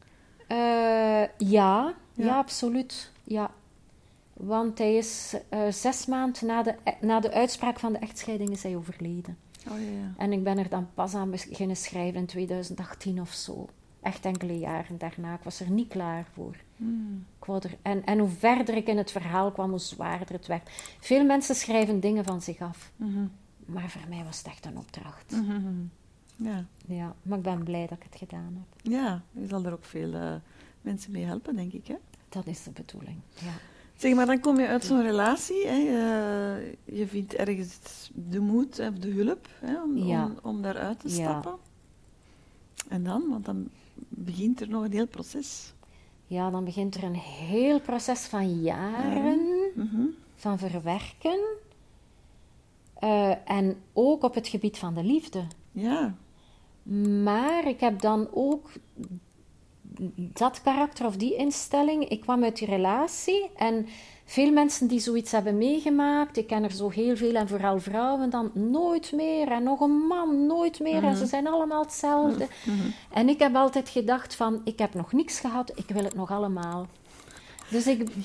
Ja, absoluut. Ja. Want hij is 6 maanden na de uitspraak van de echtscheiding is hij overleden. En ik ben er dan pas aan beginnen schrijven in 2018 of zo. Echt enkele jaren daarna. Ik was er niet klaar voor. Ik wou en hoe verder ik in het verhaal kwam, hoe zwaarder het werd. Veel mensen schrijven dingen van zich af. Maar voor mij was het echt een opdracht. Ja, maar ik ben blij dat ik het gedaan heb. Ja, je zal er ook veel mensen mee helpen, denk ik, hè? Dat is de bedoeling, ja. Zeg, maar dan kom je uit zo'n relatie, hè? Je vindt ergens de moed of de hulp, hè, om daaruit te stappen. En dan? Want dan begint er nog een heel proces. Ja, dan begint er een heel proces van jaren, van verwerken. En ook op het gebied van de liefde. Ja. Maar ik heb dan ook dat karakter of die instelling. Ik kwam uit die relatie en veel mensen die zoiets hebben meegemaakt, ik ken er zo heel veel en vooral vrouwen, dan nooit meer en nog een man, nooit meer en ze zijn allemaal hetzelfde. En ik heb altijd gedacht van, ik heb nog niks gehad, ik wil het nog allemaal. Dus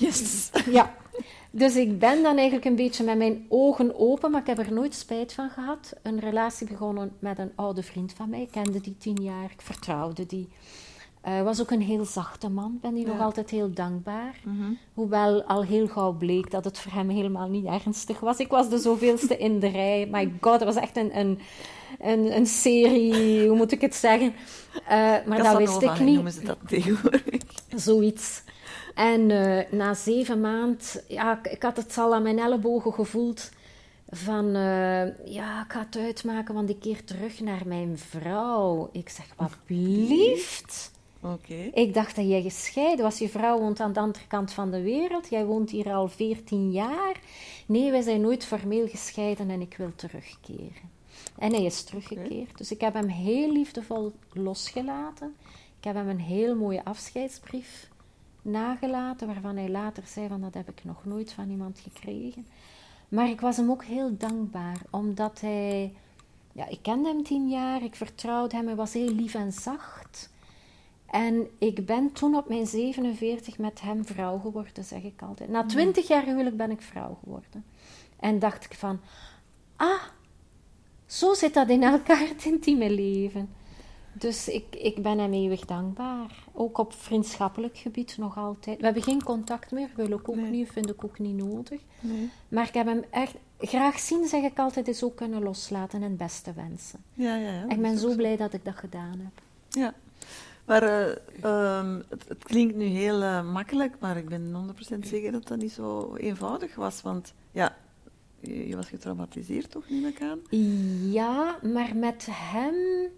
dus ik ben dan eigenlijk een beetje met mijn ogen open, maar ik heb er nooit spijt van gehad. Een relatie begonnen met een oude vriend van mij, ik kende die 10 jaar, ik vertrouwde die. Was ook een heel zachte man, ben die nog altijd heel dankbaar. Hoewel al heel gauw bleek dat het voor hem helemaal niet ernstig was. Ik was de zoveelste in de rij. My god, dat was echt een serie, hoe moet ik het zeggen? Maar dat wist ik niet. Noemen ze dat tegenwoordig. Zoiets. En na 7 maanden, ik had het al aan mijn ellebogen gevoeld. Van, ik ga het uitmaken, want ik keer terug naar mijn vrouw. Ik zeg, wat blieft? Okay. Ik dacht dat jij gescheiden was. Je vrouw woont aan de andere kant van de wereld. Jij woont hier al 14 jaar. Nee, wij zijn nooit formeel gescheiden en ik wil terugkeren. En hij is teruggekeerd. Okay. Dus ik heb hem heel liefdevol losgelaten. Ik heb hem een heel mooie afscheidsbrief nagelaten, waarvan hij later zei van, dat heb ik nog nooit van iemand gekregen. Maar ik was hem ook heel dankbaar, omdat hij... Ja, ik kende hem 10 jaar, ik vertrouwde hem, hij was heel lief en zacht. En ik ben toen op mijn 47 met hem vrouw geworden, zeg ik altijd. Na 20 jaar huwelijk ben ik vrouw geworden. En dacht ik van, zo zit dat in elkaar, het intieme leven. Dus ik ben hem eeuwig dankbaar. Ook op vriendschappelijk gebied nog altijd. We hebben geen contact meer, wil ik ook niet, vind ik ook niet nodig. Nee. Maar ik heb hem echt graag zien, zeg ik altijd, is ook kunnen loslaten en het beste wensen. Ja, ik ben zo blij dat ik dat gedaan heb. Ja. Maar het klinkt nu heel makkelijk, maar ik ben 100% zeker dat dat niet zo eenvoudig was. Want ja, je was getraumatiseerd, toch, neem ik aan? Ja, maar met hem...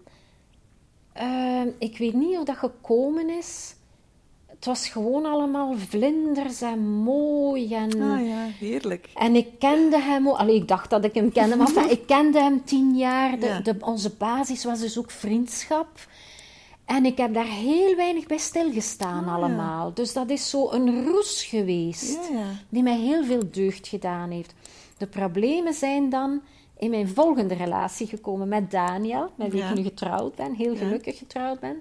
ik weet niet hoe dat gekomen is. Het was gewoon allemaal vlinders en mooi. En, ja, heerlijk. En ik kende hem ook... Allee, ik dacht dat ik hem kende, maar enfin, ik kende hem 10 jaar. Onze basis was dus ook vriendschap. En ik heb daar heel weinig bij stilgestaan allemaal. Dus dat is zo een roes geweest, die mij heel veel deugd gedaan heeft. De problemen zijn dan in mijn volgende relatie gekomen met Daniel, met wie ik nu getrouwd ben, heel gelukkig getrouwd ben.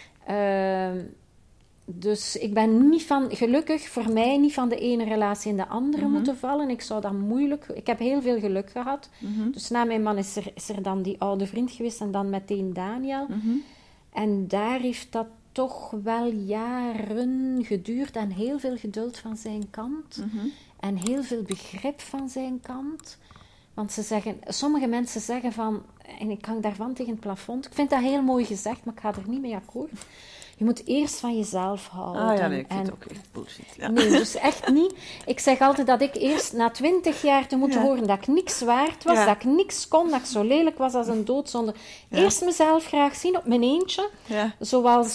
Dus ik ben niet gelukkig voor mij, niet van de ene relatie in de andere moeten vallen. Ik zou dat moeilijk... Ik heb heel veel geluk gehad. Dus na mijn man is er dan die oude vriend geweest en dan meteen Daniel. En daar heeft dat toch wel jaren geduurd en heel veel geduld van zijn kant. En heel veel begrip van zijn kant. Want sommige mensen zeggen van... En ik hang daarvan tegen het plafond. Ik vind dat heel mooi gezegd, maar ik ga er niet mee akkoord. Je moet eerst van jezelf houden. Ik vind het ook echt bullshit. Ja. Nee, dus echt niet. Ik zeg altijd dat ik eerst na 20 jaar te moeten horen dat ik niks waard was, dat ik niks kon, dat ik zo lelijk was als een doodzonde. Eerst mezelf graag zien op mijn eentje. Zoals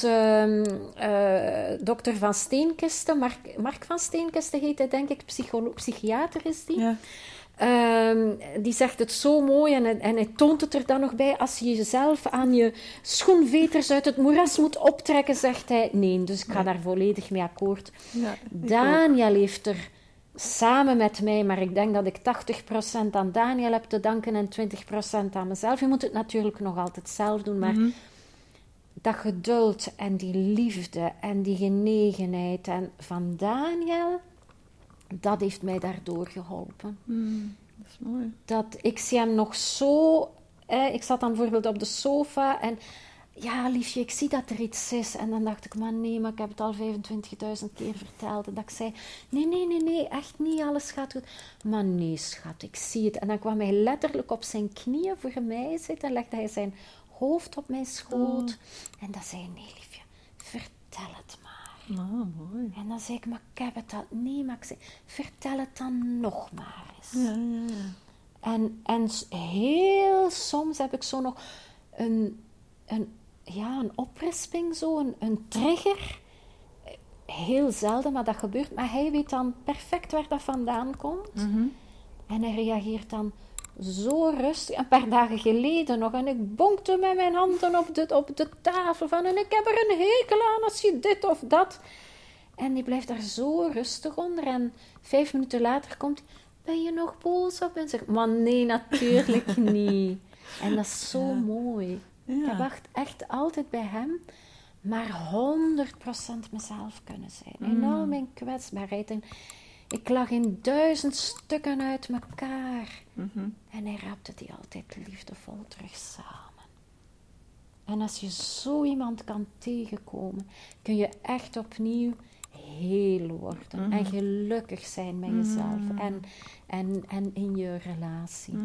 dokter Van Steenkiste, Mark Van Steenkiste heet hij, denk ik, psychiater is die. Die zegt het zo mooi en hij toont het er dan nog bij. Als je jezelf aan je schoenveters uit het moeras moet optrekken, zegt hij nee. Dus ik ga daar volledig mee akkoord. Daniel heeft er samen met mij, maar ik denk dat ik 80% aan Daniel heb te danken en 20% aan mezelf. Je moet het natuurlijk nog altijd zelf doen, maar dat geduld en die liefde en die genegenheid en van Daniel... Dat heeft mij daardoor geholpen. Dat is mooi. Ik zie hem nog zo... ik zat dan bijvoorbeeld op de sofa en... Ja, liefje, ik zie dat er iets is. En dan dacht ik, maar ik heb het al 25.000 keer verteld. En dat ik zei, nee, echt niet, alles gaat goed. Maar nee, schat, ik zie het. En dan kwam hij letterlijk op zijn knieën voor mij zitten. Legde hij zijn hoofd op mijn schoot. En dan zei hij, nee, liefje, vertel het maar. Mooi. En dan zei ik, maar ik heb het al... Nee, maar ik zei, vertel het dan nog maar eens. Ja. En heel soms heb ik zo nog een oprisping, zo, een trigger. Heel zelden, maar dat gebeurt. Maar hij weet dan perfect waar dat vandaan komt. En hij reageert dan zo rustig. Een paar dagen geleden nog. En ik bonkte met mijn handen op de tafel van... En ik heb er een hekel aan als je dit of dat... En die blijft daar zo rustig onder. En 5 minuten later komt hij... Ben je nog boos op? En zegt... Maar nee, natuurlijk niet. En dat is zo mooi. Ik heb echt altijd bij hem... maar 100% mezelf kunnen zijn. Enorm in kwetsbaarheid. En ik lag in 1000 stukken uit elkaar. En hij raapte die altijd liefdevol terug samen. En als je zo iemand kan tegenkomen... kun je echt opnieuw... heel worden en gelukkig zijn met jezelf en in je relatie.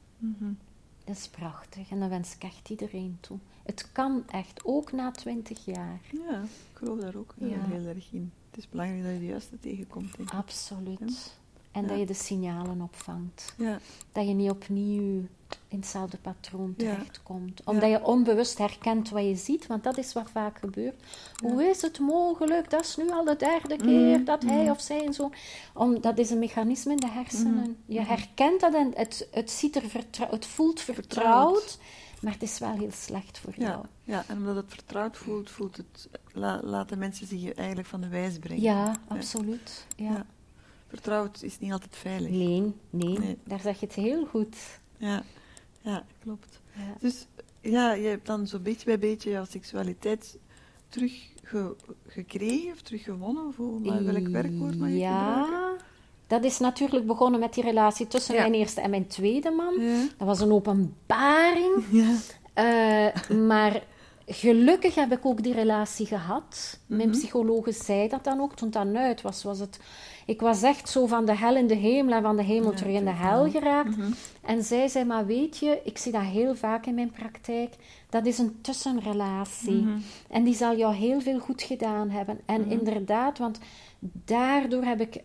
Dat is prachtig en dat wens ik echt iedereen toe. Het kan echt, ook na 20 jaar. Ja, ik geloof daar ook heel erg in. Het is belangrijk dat je de juiste tegenkomt. Denk ik. Absoluut. Ja. En dat je de signalen opvangt. Ja. Dat je niet opnieuw in hetzelfde patroon terechtkomt. Omdat je onbewust herkent wat je ziet, want dat is wat vaak gebeurt. Hoe is het mogelijk? Dat is nu al de 3e keer dat hij of zij en zo... Dat is een mechanisme in de hersenen. Je herkent dat en het voelt vertrouwd, maar het is wel heel slecht voor jou. Ja, en omdat het vertrouwd voelt het... laten mensen zich eigenlijk van de wijs brengen. Ja, absoluut. Ja. Vertrouwd is niet altijd veilig. Nee, daar zeg je het heel goed. Ja, klopt. Ja. Dus je hebt dan zo beetje bij beetje jouw seksualiteit teruggekregen of teruggewonnen? Maar welk werkwoord mag je gebruiken? Dat is natuurlijk begonnen met die relatie tussen mijn eerste en mijn tweede man. Ja. Dat was een openbaring. Ja. Maar gelukkig heb ik ook die relatie gehad. Mijn psycholoog zei dat dan ook, toen dat uit was het... Ik was echt zo van de hel in de hemel en van de hemel terug in de hel geraakt. En zij zei, maar weet je, ik zie dat heel vaak in mijn praktijk, dat is een tussenrelatie. En die zal jou heel veel goed gedaan hebben. En inderdaad, want daardoor heb ik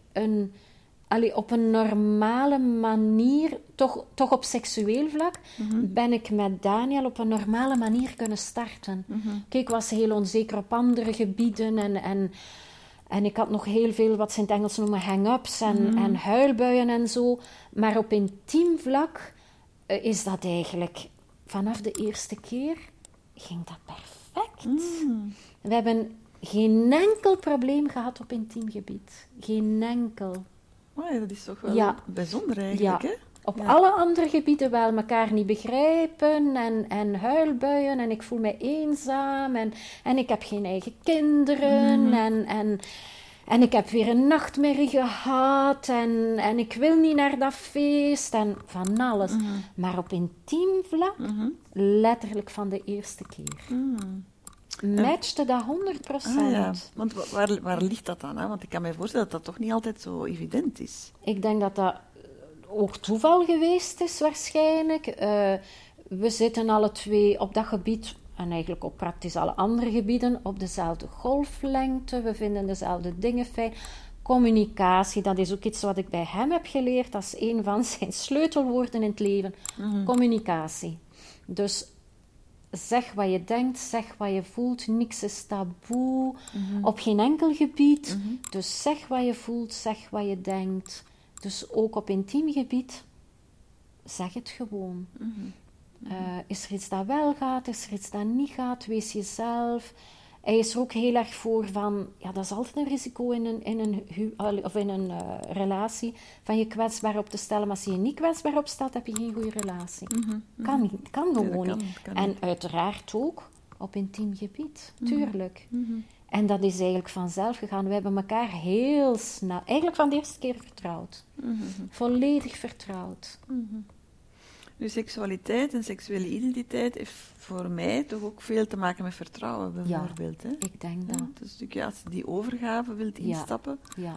op een normale manier, toch op seksueel vlak, ben ik met Daniel op een normale manier kunnen starten. Kijk, ik was heel onzeker op andere gebieden en ik had nog heel veel, wat ze in het Engels noemen, hang-ups en huilbuien en zo. Maar op intiem vlak is dat eigenlijk, vanaf de eerste keer, ging dat perfect. We hebben geen enkel probleem gehad op intiem gebied. Geen enkel. Oh ja, dat is toch wel bijzonder eigenlijk, hè? Op alle andere gebieden wel, elkaar niet begrijpen en huilbuien en ik voel me eenzaam en ik heb geen eigen kinderen en ik heb weer een nachtmerrie gehad en ik wil niet naar dat feest en van alles. Maar op intiem vlak, letterlijk van de eerste keer. Matchte dat 100%. Ah, ja. Want waar ligt dat dan aan? Want ik kan me voorstellen dat dat toch niet altijd zo evident is. Ik denk dat dat ook toeval geweest is, waarschijnlijk. We zitten alle twee op dat gebied, en eigenlijk op praktisch alle andere gebieden, op dezelfde golflengte. We vinden dezelfde dingen fijn. Communicatie, dat is ook iets wat ik bij hem heb geleerd. Dat is een van zijn sleutelwoorden in het leven. Communicatie. Dus zeg wat je denkt, zeg wat je voelt. Niks is taboe. Op geen enkel gebied. Dus zeg wat je voelt, zeg wat je denkt. Dus ook op intiem gebied, zeg het gewoon. Is er iets dat wel gaat, is er iets dat niet gaat, wees jezelf. Hij is er ook heel erg voor van, ja, dat is altijd een risico in een relatie, van je kwetsbaar op te stellen. Maar als je je niet kwetsbaar opstelt, heb je geen goede relatie. Kan gewoon niet. En uiteraard ook op intiem gebied, tuurlijk. En dat is eigenlijk vanzelf gegaan. We hebben elkaar heel snel, eigenlijk van de eerste keer vertrouwd. Volledig vertrouwd. Dus seksualiteit en seksuele identiteit heeft voor mij toch ook veel te maken met vertrouwen, bijvoorbeeld. Ja, hè? ik denk dat. Dus een stukje, als je die overgave wilt instappen,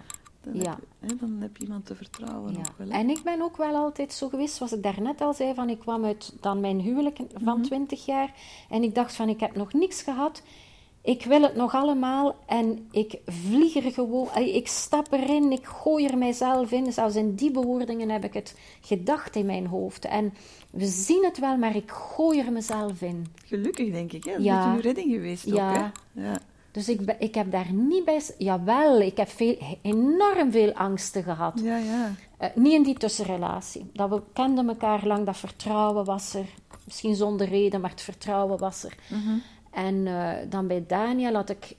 dan heb je iemand te vertrouwen ook wel. Hè? En ik ben ook wel altijd zo geweest, zoals ik daarnet al zei, van ik kwam uit dan mijn huwelijk van 20 jaar en ik dacht van, ik heb nog niks gehad. Ik wil het nog allemaal en ik vlieg er gewoon, ik stap erin, ik gooi er mijzelf in. Zelfs in die bewoordingen heb ik het gedacht in mijn hoofd. En we zien het wel, maar ik gooi er mezelf in. Gelukkig, denk ik. Hè? Dat is uw redding geweest ook. Hè? Ja. Dus ik heb daar niet bij... Jawel, ik heb enorm veel angsten gehad. Niet in die tussenrelatie. Dat we kenden elkaar lang, dat vertrouwen was er. Misschien zonder reden, maar het vertrouwen was er. En dan bij Daniel had ik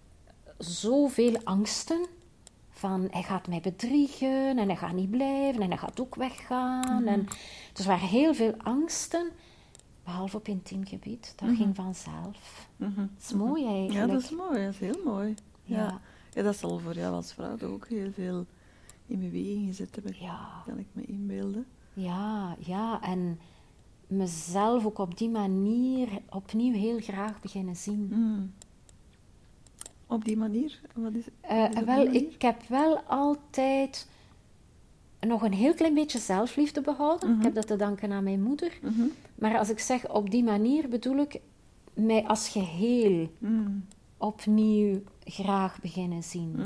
zoveel angsten. Van, hij gaat mij bedriegen en hij gaat niet blijven en hij gaat ook weggaan. En, dus er waren heel veel angsten, behalve op intiem gebied. Dat ging vanzelf. Dat is mooi eigenlijk. Ja, dat is mooi. Dat is heel mooi. Ja, dat zal voor jou als vrouw toch ook heel veel in beweging gezet hebben. Kan ik me inbeelden. Ja. En mezelf ook op die manier opnieuw heel graag beginnen zien. Op die manier? Wat is het? Ik heb wel altijd nog een heel klein beetje zelfliefde behouden. Ik heb dat te danken aan mijn moeder. Maar als ik zeg op die manier, bedoel ik mij als geheel opnieuw graag beginnen zien.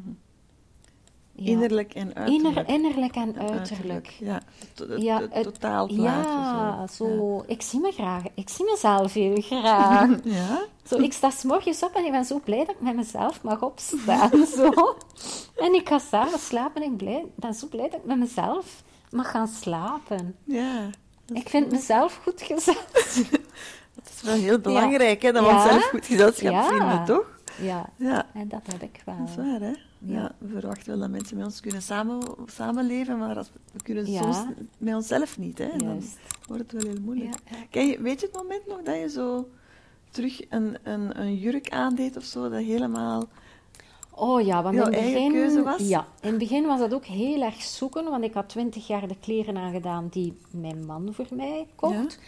Innerlijk en uiterlijk. Innerlijk en uiterlijk. Het totaalplaatje. Zo. Ik zie me graag. Ik zie mezelf heel graag. Zo, ik sta 's morgens op en ik ben zo blij dat ik met mezelf mag opstaan. Zo. En ik ga 's avonds slapen en ik ben zo blij dat ik met mezelf mag gaan slapen. Ik vind mezelf goed gezet. Dat is wel heel belangrijk, hè, dat we onszelf goed gezelschap vinden, toch? Ja, en dat heb ik wel. Dat is waar, hè? We verwachten wel dat mensen met ons kunnen samenleven, maar we kunnen soms met onszelf niet, hè? Dan wordt het wel heel moeilijk. Weet je het moment nog dat je zo terug een jurk aandeed of zo, dat helemaal... Oh ja, want jouw eigen keuze was? Ja, in het begin was dat ook heel erg zoeken, want ik had 20 jaar de kleren aangedaan die mijn man voor mij kocht.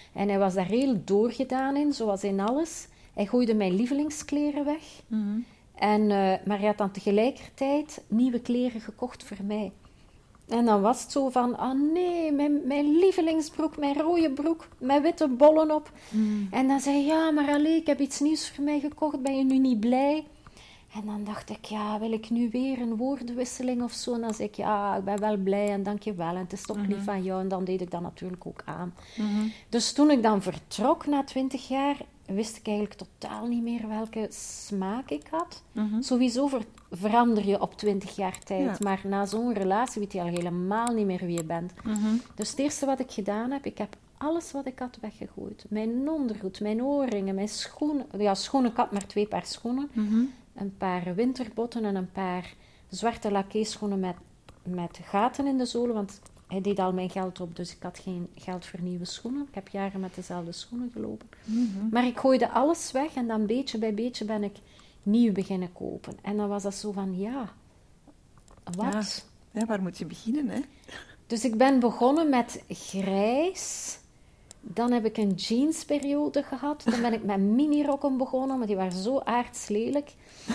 En hij was daar heel doorgedaan in, zoals in alles. Hij gooide mijn lievelingskleren weg. Maar hij had dan tegelijkertijd nieuwe kleren gekocht voor mij. En dan was het zo van, nee, mijn lievelingsbroek, mijn rode broek, met witte bollen op. En dan zei hij, ja, maar allee, ik heb iets nieuws voor mij gekocht, ben je nu niet blij? En dan dacht ik, ja, wil ik nu weer een woordenwisseling of zo? En dan zei ik, ja, ik ben wel blij en dank je wel. En het is toch lief van jou. En dan deed ik dat natuurlijk ook aan. Dus toen ik dan vertrok na 20 jaar, wist ik eigenlijk totaal niet meer welke smaak ik had. Sowieso verander je op 20 jaar tijd. Ja. Maar na zo'n relatie weet je al helemaal niet meer wie je bent. Dus het eerste wat ik gedaan heb, ik heb alles wat ik had weggegooid. Mijn ondergoed, mijn oorringen, mijn schoenen. Ja, schoenen, ik had maar 2 paar schoenen. Een paar winterbotten en een paar zwarte lacqué-schoenen met gaten in de zolen, want hij deed al mijn geld op, dus ik had geen geld voor nieuwe schoenen. Ik heb jaren met dezelfde schoenen gelopen. Maar ik gooide alles weg en dan beetje bij beetje ben ik nieuw beginnen kopen. En dan was dat zo van, ja, wat? Ja, waar moet je beginnen, hè? Dus ik ben begonnen met grijs. Dan heb ik een jeansperiode gehad. Dan ben ik met minirokken begonnen, maar die waren zo aardslelijk.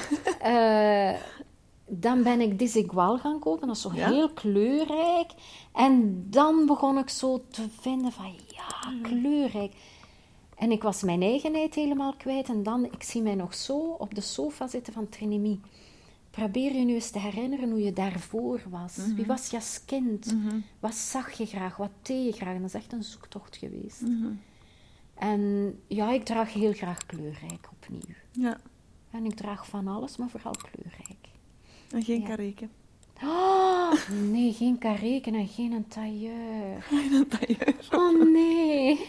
Dan ben ik Desigual gaan kopen. Dat is zo heel kleurrijk. En dan begon ik zo te vinden van, ja, kleurrijk. En ik was mijn eigenheid helemaal kwijt. En dan, ik zie mij nog zo op de sofa zitten van Trinemy. Probeer je nu eens te herinneren hoe je daarvoor was. Wie was je als kind? Wat zag je graag? Wat deed je graag? En dat is echt een zoektocht geweest. En ja, ik draag heel graag kleurrijk opnieuw. Ja. En ik draag van alles, maar vooral kleurrijk. En geen karreken? Oh, nee, geen karreken en geen een tailleur. Geen een tailleur. Oh, nee.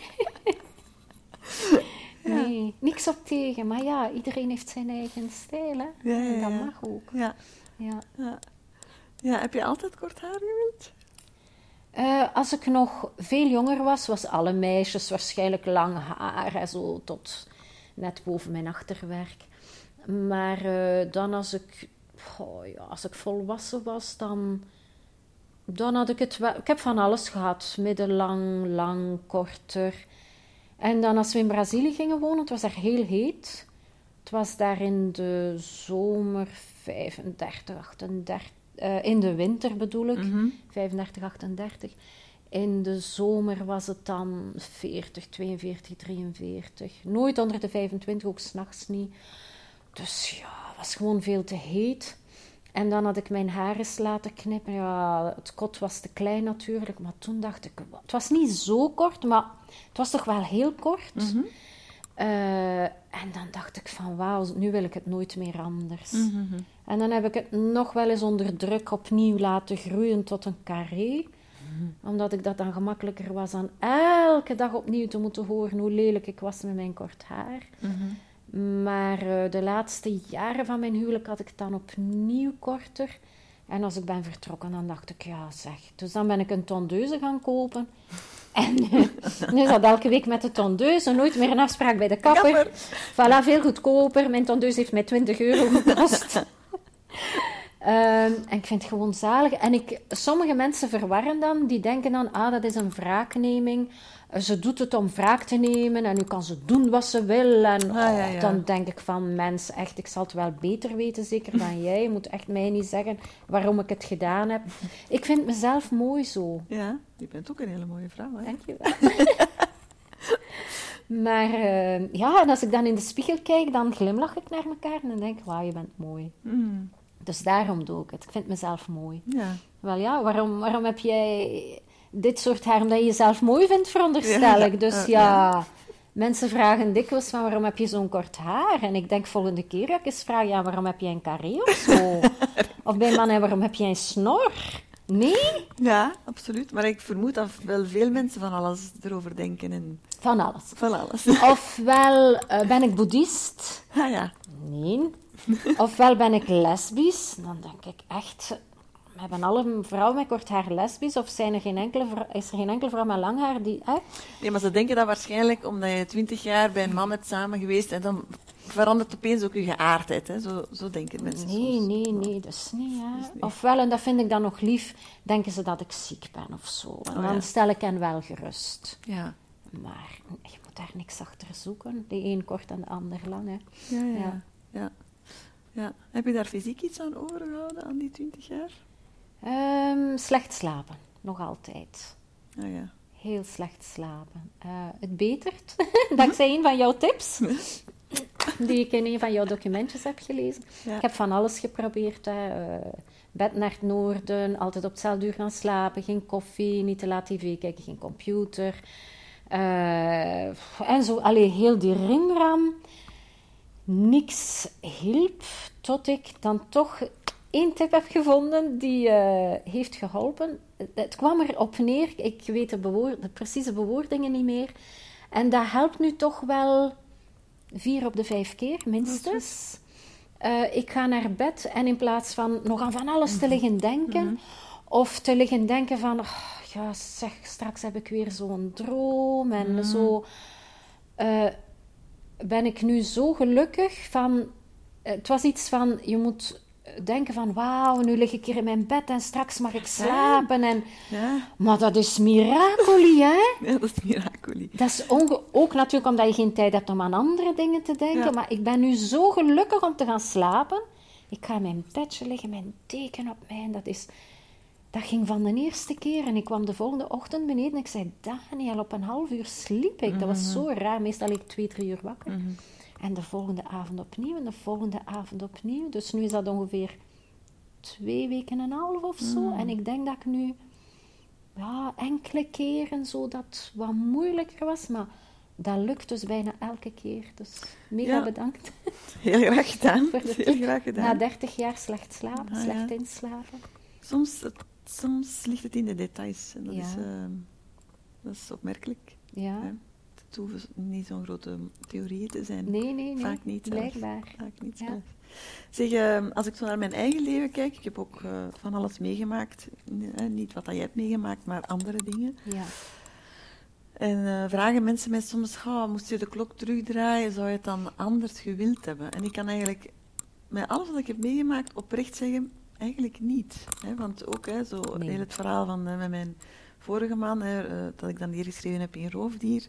Nee, niks op tegen. Maar ja, iedereen heeft zijn eigen stijl, hè. En dat mag ook. Ja, heb je altijd kort haar gewild? Als ik nog veel jonger was alle meisjes waarschijnlijk lang haar en zo tot net boven mijn achterwerk. Maar dan als ik volwassen was, dan had ik het wel. Ik heb van alles gehad. Middellang, lang, korter. En dan als we in Brazilië gingen wonen, het was daar heel heet. Het was daar in de zomer 35, 38. In de winter bedoel ik, 35, 38. In de zomer was het dan 40, 42, 43. Nooit onder de 25, ook 's nachts niet. Dus ja, het was gewoon veel te heet. En dan had ik mijn haar eens laten knippen. Ja, het kot was te klein natuurlijk. Maar toen dacht ik, het was niet zo kort, maar het was toch wel heel kort. En dan dacht ik van, wauw, nu wil ik het nooit meer anders. En dan heb ik het nog wel eens onder druk opnieuw laten groeien tot een carré. Omdat ik dat dan gemakkelijker was dan elke dag opnieuw te moeten horen hoe lelijk ik was met mijn kort haar. Maar de laatste jaren van mijn huwelijk had ik het dan opnieuw korter. En als ik ben vertrokken, dan dacht ik, ja zeg. Dus dan ben ik een tondeuse gaan kopen. En nu is dat elke week met de tondeuse. Nooit meer een afspraak bij de kapper. Voilà, veel goedkoper. Mijn tondeuse heeft mij €20 gekost. En ik vind het gewoon zalig. En sommige mensen verwarren dan. Die denken dan, dat is een wraakneming. Ze doet het om wraak te nemen. En nu kan ze doen wat ze wil. En dan denk ik van, mens, echt, ik zal het wel beter weten, zeker dan jij. Je moet echt mij niet zeggen waarom ik het gedaan heb. Ik vind mezelf mooi zo. Ja, je bent ook een hele mooie vrouw, hè? Dank je wel. Maar en als ik dan in de spiegel kijk, dan glimlach ik naar elkaar. En dan denk ik, wauw, je bent mooi. Dus daarom doe ik het. Ik vind mezelf mooi. Ja. Wel ja, waarom heb jij dit soort haar? Omdat je jezelf mooi vindt, veronderstel ik. Dus mensen vragen dikwijls van, waarom heb je zo'n kort haar? En ik denk volgende keer dat ik eens vraag, ja, waarom heb jij een carré of zo? Of bij mannen, waarom heb jij een snor? Nee? Ja, absoluut. Maar ik vermoed dat wel veel mensen van alles erover denken. En... Van alles. Van alles. Ofwel ben ik boeddhist? Ah ja. Nee. Ofwel ben ik lesbisch? Dan denk ik echt... Hebben alle vrouwen met kort haar lesbisch? Of is er geen enkele vrouw met lang haar die... Nee, maar ze denken dat waarschijnlijk omdat je 20 jaar bij een man bent samen geweest en dan verandert opeens ook je geaardheid. Hè? Zo denken mensen soms. Nee, dat is niet. Ja. Dus niet. Ofwel, en dat vind ik dan nog lief, denken ze dat ik ziek ben of zo. En dan stel ik hen wel gerust. Ja. Maar je moet daar niks achter zoeken. De een kort en de ander lang. Hè. Ja. Heb je daar fysiek iets aan overgehouden aan die 20 jaar? Slecht slapen, nog altijd. Ah, ja. Heel slecht slapen. Het betert, dankzij een van jouw tips, die ik in een van jouw documentjes heb gelezen. Ja. Ik heb van alles geprobeerd. Bed naar het noorden, altijd op hetzelfde uur gaan slapen, geen koffie, niet te laat tv kijken, geen computer. En zo, heel die rimram. Niks hielp, tot ik dan toch één tip heb gevonden die heeft geholpen. Het kwam erop neer, ik weet de precieze bewoordingen niet meer. En dat helpt nu toch wel 4 op de 5 keer, minstens. Ik ga naar bed en in plaats van nog aan van alles te liggen denken, of te liggen denken van, ja zeg, straks heb ik weer zo'n droom en zo, ben ik nu zo gelukkig van, het was iets van, je moet denken van, wauw, nu lig ik hier in mijn bed en straks mag ik slapen. En, maar dat is miracoli, hè? Ja, dat is miracoli. Dat is ook natuurlijk omdat je geen tijd hebt om aan andere dingen te denken. Ja. Maar ik ben nu zo gelukkig om te gaan slapen. Ik ga in mijn bedje liggen, mijn deken op mij. En dat ging van de eerste keer. En ik kwam de volgende ochtend beneden en ik zei, Daniel, op een half uur sliep ik. Dat was zo raar. Meestal lig ik 2-3 uur wakker. En de volgende avond opnieuw en de volgende avond opnieuw. Dus nu is dat ongeveer 2 weken en een half of zo. En ik denk dat ik nu enkele keren zo dat wat moeilijker was. Maar dat lukt dus bijna elke keer. Dus mega bedankt. Heel graag gedaan. Heel graag gedaan. Na 30 jaar slecht slapen, slecht inslapen. Soms ligt het in de details. En dat is opmerkelijk. Ja. Het hoeven niet zo'n grote theorieën te zijn. Nee. Vaak niet zelf. Blijkbaar. Vaak niet zelf. Zeg, als ik zo naar mijn eigen leven kijk, ik heb ook van alles meegemaakt. Niet wat jij hebt meegemaakt, maar andere dingen. Ja. En vragen mensen mij soms, moest je de klok terugdraaien, zou je het dan anders gewild hebben? En ik kan eigenlijk, met alles wat ik heb meegemaakt, oprecht zeggen, eigenlijk niet. Hè? Want ook heel het verhaal van met mijn vorige man, dat ik dan hier geschreven heb in Roofdier.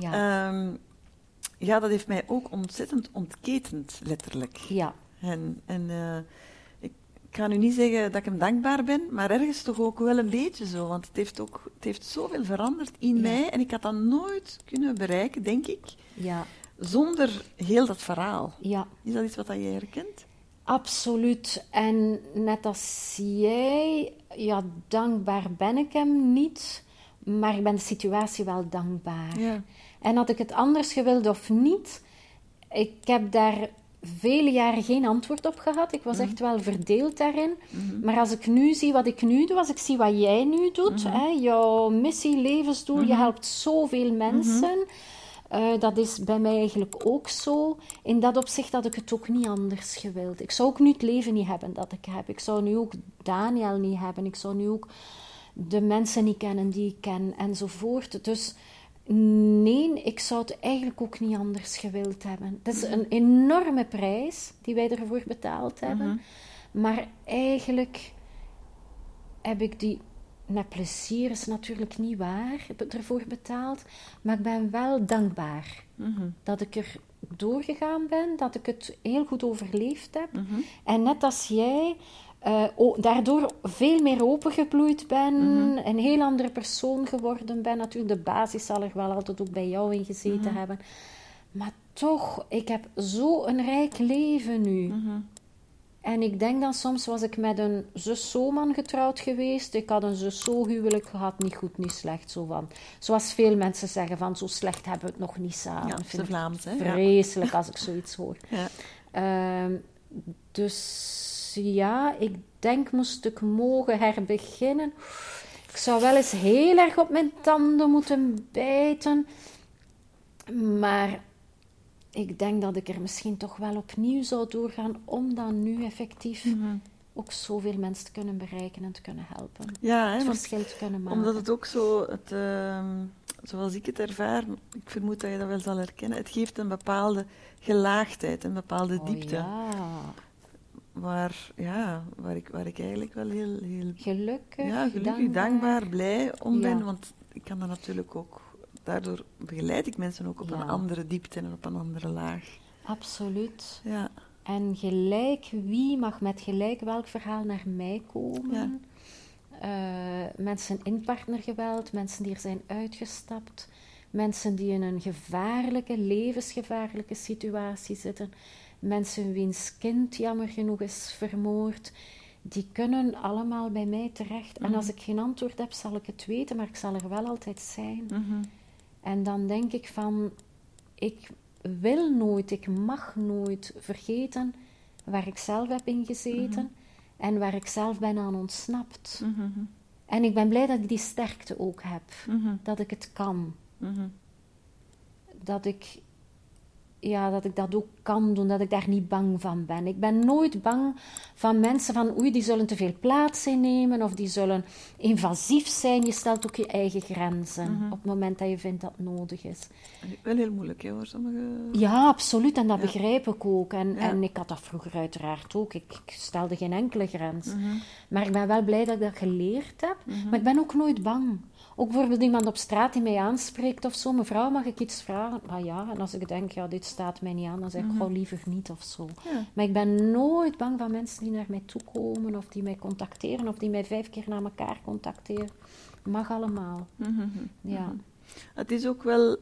Ja. Dat heeft mij ook ontzettend ontketend, letterlijk. Ja. En ik ga nu niet zeggen dat ik hem dankbaar ben, maar ergens toch ook wel een beetje zo. Want het heeft zoveel veranderd in mij en ik had dat nooit kunnen bereiken, denk ik, zonder heel dat verhaal. Ja. Is dat iets wat jij herkent? Absoluut. En net als jij, dankbaar ben ik hem niet, maar ik ben de situatie wel dankbaar. Ja. En had ik het anders gewild of niet, ik heb daar vele jaren geen antwoord op gehad. Ik was echt wel verdeeld daarin. Maar als ik nu zie wat ik nu doe, als ik zie wat jij nu doet, jouw missie, levensdoel, je helpt zoveel mensen. Dat is bij mij eigenlijk ook zo. In dat opzicht had ik het ook niet anders gewild. Ik zou ook nu het leven niet hebben dat ik heb. Ik zou nu ook Daniel niet hebben. Ik zou nu ook de mensen niet kennen die ik ken, enzovoort. Dus nee, ik zou het eigenlijk ook niet anders gewild hebben. Het is een enorme prijs die wij ervoor betaald hebben. Maar eigenlijk heb ik die... Met plezier is natuurlijk niet waar, heb ik ervoor betaald. Maar ik ben wel dankbaar dat ik er doorgegaan ben, dat ik het heel goed overleefd heb. En net als jij, daardoor veel meer opengebloeid ben, een heel andere persoon geworden ben. Natuurlijk, de basis zal er wel altijd ook bij jou in gezeten hebben. Maar toch, ik heb zo een rijk leven nu. En ik denk dan soms, was ik met een zus-zo-man getrouwd geweest. Ik had een zus-zo-huwelijk gehad, niet goed, niet slecht. Zo van. Zoals veel mensen zeggen, van zo slecht hebben we het nog niet samen. Ja, dat is Vlaams, hè? Vreselijk als ik zoiets hoor. Ja. Dus ja, ik denk, moest ik mogen herbeginnen. Ik zou wel eens heel erg op mijn tanden moeten bijten. Maar... ik denk dat ik er misschien toch wel opnieuw zou doorgaan om dan nu effectief ook zoveel mensen te kunnen bereiken en te kunnen helpen. Ja, het verschil te kunnen maken. Omdat het ook zo, zoals ik het ervaar, ik vermoed dat je dat wel zal herkennen, het geeft een bepaalde gelaagdheid, een bepaalde diepte. Ja. Waar ik eigenlijk wel heel gelukkig, dankbaar, blij om ben, want ik kan dat natuurlijk ook... daardoor begeleid ik mensen ook op Ja. een andere diepte en op een andere laag. Absoluut. Ja. En gelijk wie mag met gelijk welk verhaal naar mij komen. Mensen in partnergeweld, mensen die er zijn uitgestapt, mensen die in een gevaarlijke, levensgevaarlijke situatie zitten, mensen wiens kind jammer genoeg is vermoord, die kunnen allemaal bij mij terecht. En als ik geen antwoord heb, zal ik het weten, maar ik zal er wel altijd zijn. En dan denk ik van, ik wil nooit, ik mag nooit vergeten waar ik zelf heb in gezeten en waar ik zelf ben aan ontsnapt. En ik ben blij dat ik die sterkte ook heb. Dat ik het kan. Dat ik dat ook kan doen, dat ik daar niet bang van ben. Ik ben nooit bang van mensen van, die zullen te veel plaats innemen of die zullen invasief zijn. Je stelt ook je eigen grenzen op het moment dat je vindt dat het nodig is. Wel heel moeilijk, hè, voor sommige... Ja, absoluut. En dat begrijp ik ook. En ik had dat vroeger uiteraard ook. Ik stelde geen enkele grens. Maar ik ben wel blij dat ik dat geleerd heb. Maar ik ben ook nooit bang. Ook bijvoorbeeld iemand op straat die mij aanspreekt of zo. Mevrouw, mag ik iets vragen? Maar ja, en als ik denk, dit staat mij niet aan, dan zeg ik gewoon liever niet of zo. Ja. Maar ik ben nooit bang van mensen die naar mij toe komen of die mij contacteren of die mij 5 keer na elkaar contacteren. Mag allemaal. Ja. Het is ook wel...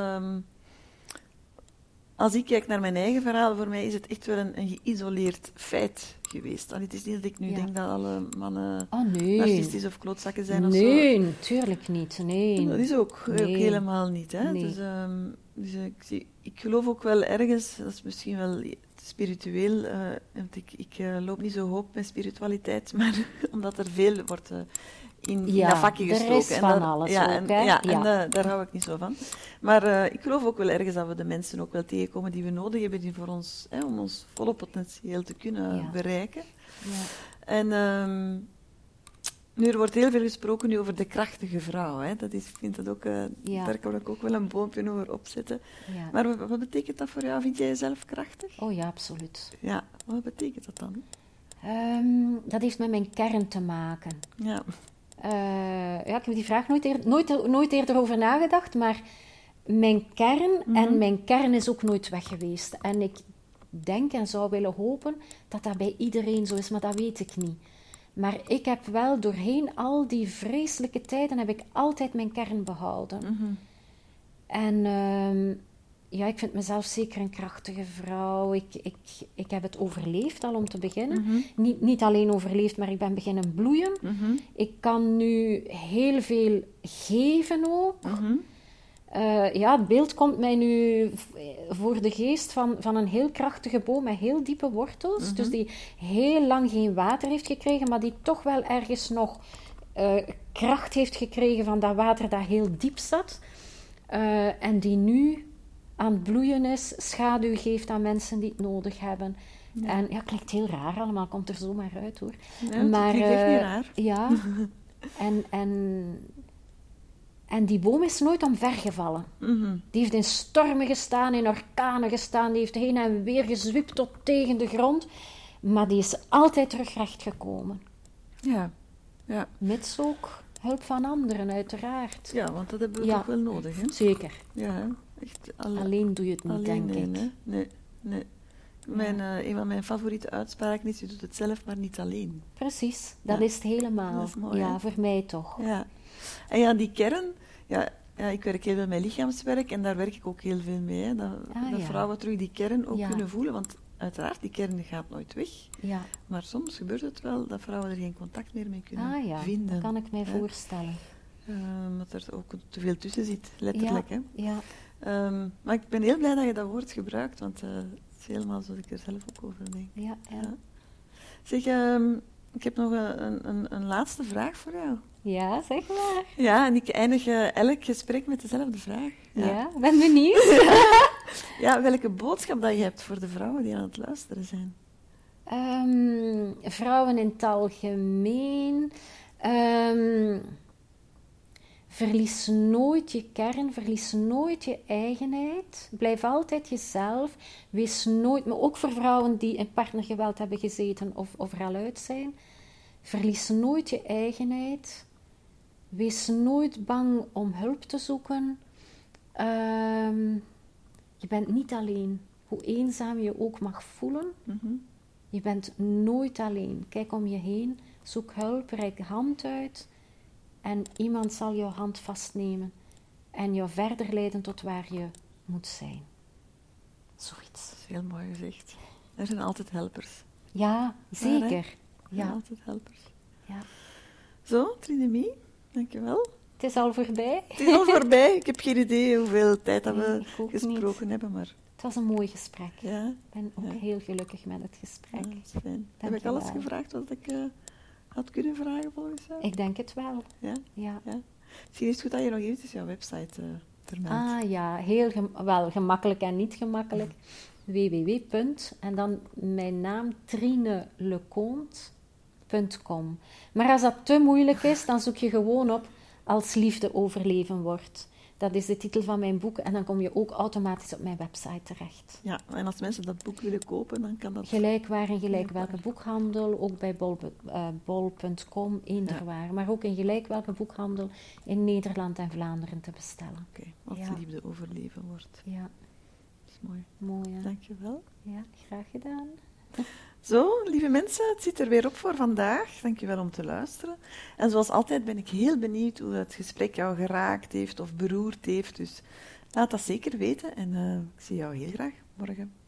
als ik kijk naar mijn eigen verhaal, voor mij is het echt wel een geïsoleerd feit geweest. Het is niet dat ik nu denk dat alle mannen narcistisch of klootzakken zijn of zo. Nee, natuurlijk niet. Nee. Dat is ook helemaal niet. Hè? Nee. Dus ik geloof ook wel ergens, dat is misschien wel spiritueel, want ik loop niet zo hoog met spiritualiteit, maar omdat er veel wordt in dat vakje gestoken. Er is van alles ook, hè? En daar hou ik niet zo van. Maar ik geloof ook wel ergens dat we de mensen ook wel tegenkomen die we nodig hebben voor ons, om ons volle potentieel te kunnen bereiken. Ja. En nu, er wordt heel veel gesproken nu over de krachtige vrouw. Hè. Ik vind dat ook, daar kan ik ook wel een boompje over opzetten. Ja. Maar wat betekent dat voor jou? Vind jij jezelf krachtig? Oh ja, absoluut. Ja, wat betekent dat dan? Dat heeft met mijn kern te maken. Ja. Ik heb die vraag nooit eerder over nagedacht, maar mijn kern, en mijn kern is ook nooit weg geweest. En ik denk en zou willen hopen dat dat bij iedereen zo is, maar dat weet ik niet. Maar ik heb wel doorheen al die vreselijke tijden, heb ik altijd mijn kern behouden. En ik vind mezelf zeker een krachtige vrouw. Ik heb het overleefd al om te beginnen. Niet alleen overleefd, maar ik ben beginnen bloeien. Ik kan nu heel veel geven ook. Het beeld komt mij nu voor de geest van een heel krachtige boom met heel diepe wortels. Dus die heel lang geen water heeft gekregen, maar die toch wel ergens nog kracht heeft gekregen van dat water dat heel diep zat. En die nu aan het bloeien is, schaduw geeft aan mensen die het nodig hebben. Ja. En klinkt heel raar allemaal, komt er zomaar uit hoor. Ja, maar klinkt echt niet raar. Ja, en die boom is nooit omvergevallen. Die heeft in stormen gestaan, in orkanen gestaan, die heeft heen en weer gezwipt tot tegen de grond. Maar die is altijd terug recht gekomen. Ja. Mits ook hulp van anderen, uiteraard. Ja, want dat hebben we toch wel nodig, hè? Zeker. Ja, echt alleen doe je het niet, denk ik. Nee. Een van mijn favoriete uitspraken is, je doet het zelf, maar niet alleen. Precies, dat is het helemaal. Dat is mooi, ja, voor mij toch. Ja. En die kern, ik werk heel veel met lichaamswerk en daar werk ik ook heel veel mee. Hè, dat vrouwen terug die kern ook kunnen voelen, want uiteraard, die kern gaat nooit weg. Ja. Maar soms gebeurt het wel dat vrouwen er geen contact meer mee kunnen vinden. Dat kan ik mij voorstellen. Dat er ook te veel tussen zit, letterlijk. Hè. Ja. Maar ik ben heel blij dat je dat woord gebruikt, want het is helemaal zoals ik er zelf ook over denk. Ja. Zeg, ik heb nog een laatste vraag voor jou. Ja, zeg maar. Ja, en ik eindig elk gesprek met dezelfde vraag. Ja, ben benieuwd. Welke boodschap dat je hebt voor de vrouwen die aan het luisteren zijn? Vrouwen in het algemeen. Verlies nooit je kern, verlies nooit je eigenheid. Blijf altijd jezelf. Wees nooit, maar ook voor vrouwen die in partnergeweld hebben gezeten of er al uit zijn. Verlies nooit je eigenheid. Wees nooit bang om hulp te zoeken. Je bent niet alleen. Hoe eenzaam je ook mag voelen, je bent nooit alleen. Kijk om je heen, zoek hulp, reik de hand uit en iemand zal jouw hand vastnemen en jou verder leiden tot waar je moet zijn. Zoiets. Dat is heel mooi gezegd. Er zijn altijd helpers. Ja, zeker. Ja, altijd helpers. Ja. Zo, Trinemie, dankjewel. Het is al voorbij. Het is al voorbij. Ik heb geen idee hoeveel tijd dat we gesproken hebben, maar... Het was een mooi gesprek. Ja. Ik ben ook heel gelukkig met het gesprek. Ja, dat is fijn. Heb ik alles gevraagd wat ik had kunnen vragen volgens jou? Ik denk het wel. Ja? Ja. Misschien is het goed dat je nog eventjes jouw website vermeldt. Ah ja, heel wel gemakkelijk en niet gemakkelijk. www. En dan mijn naam trineleconte.com. Maar als dat te moeilijk is, dan zoek je gewoon op Als liefde overleven wordt. Dat is de titel van mijn boek en dan kom je ook automatisch op mijn website terecht. Ja, en als mensen dat boek willen kopen, dan kan dat... Gelijk waar en gelijk welke boekhandel, ook bij bol.com, eender waar. Maar ook in gelijk welke boekhandel in Nederland en Vlaanderen te bestellen. Oké, als liefde overleven wordt. Ja. Dat is mooi. Mooi, hè? Dankjewel. Ja, graag gedaan. Zo, lieve mensen, het zit er weer op voor vandaag. Dankjewel om te luisteren. En zoals altijd ben ik heel benieuwd hoe het gesprek jou geraakt heeft of beroerd heeft. Dus laat dat zeker weten en ik zie jou heel graag morgen.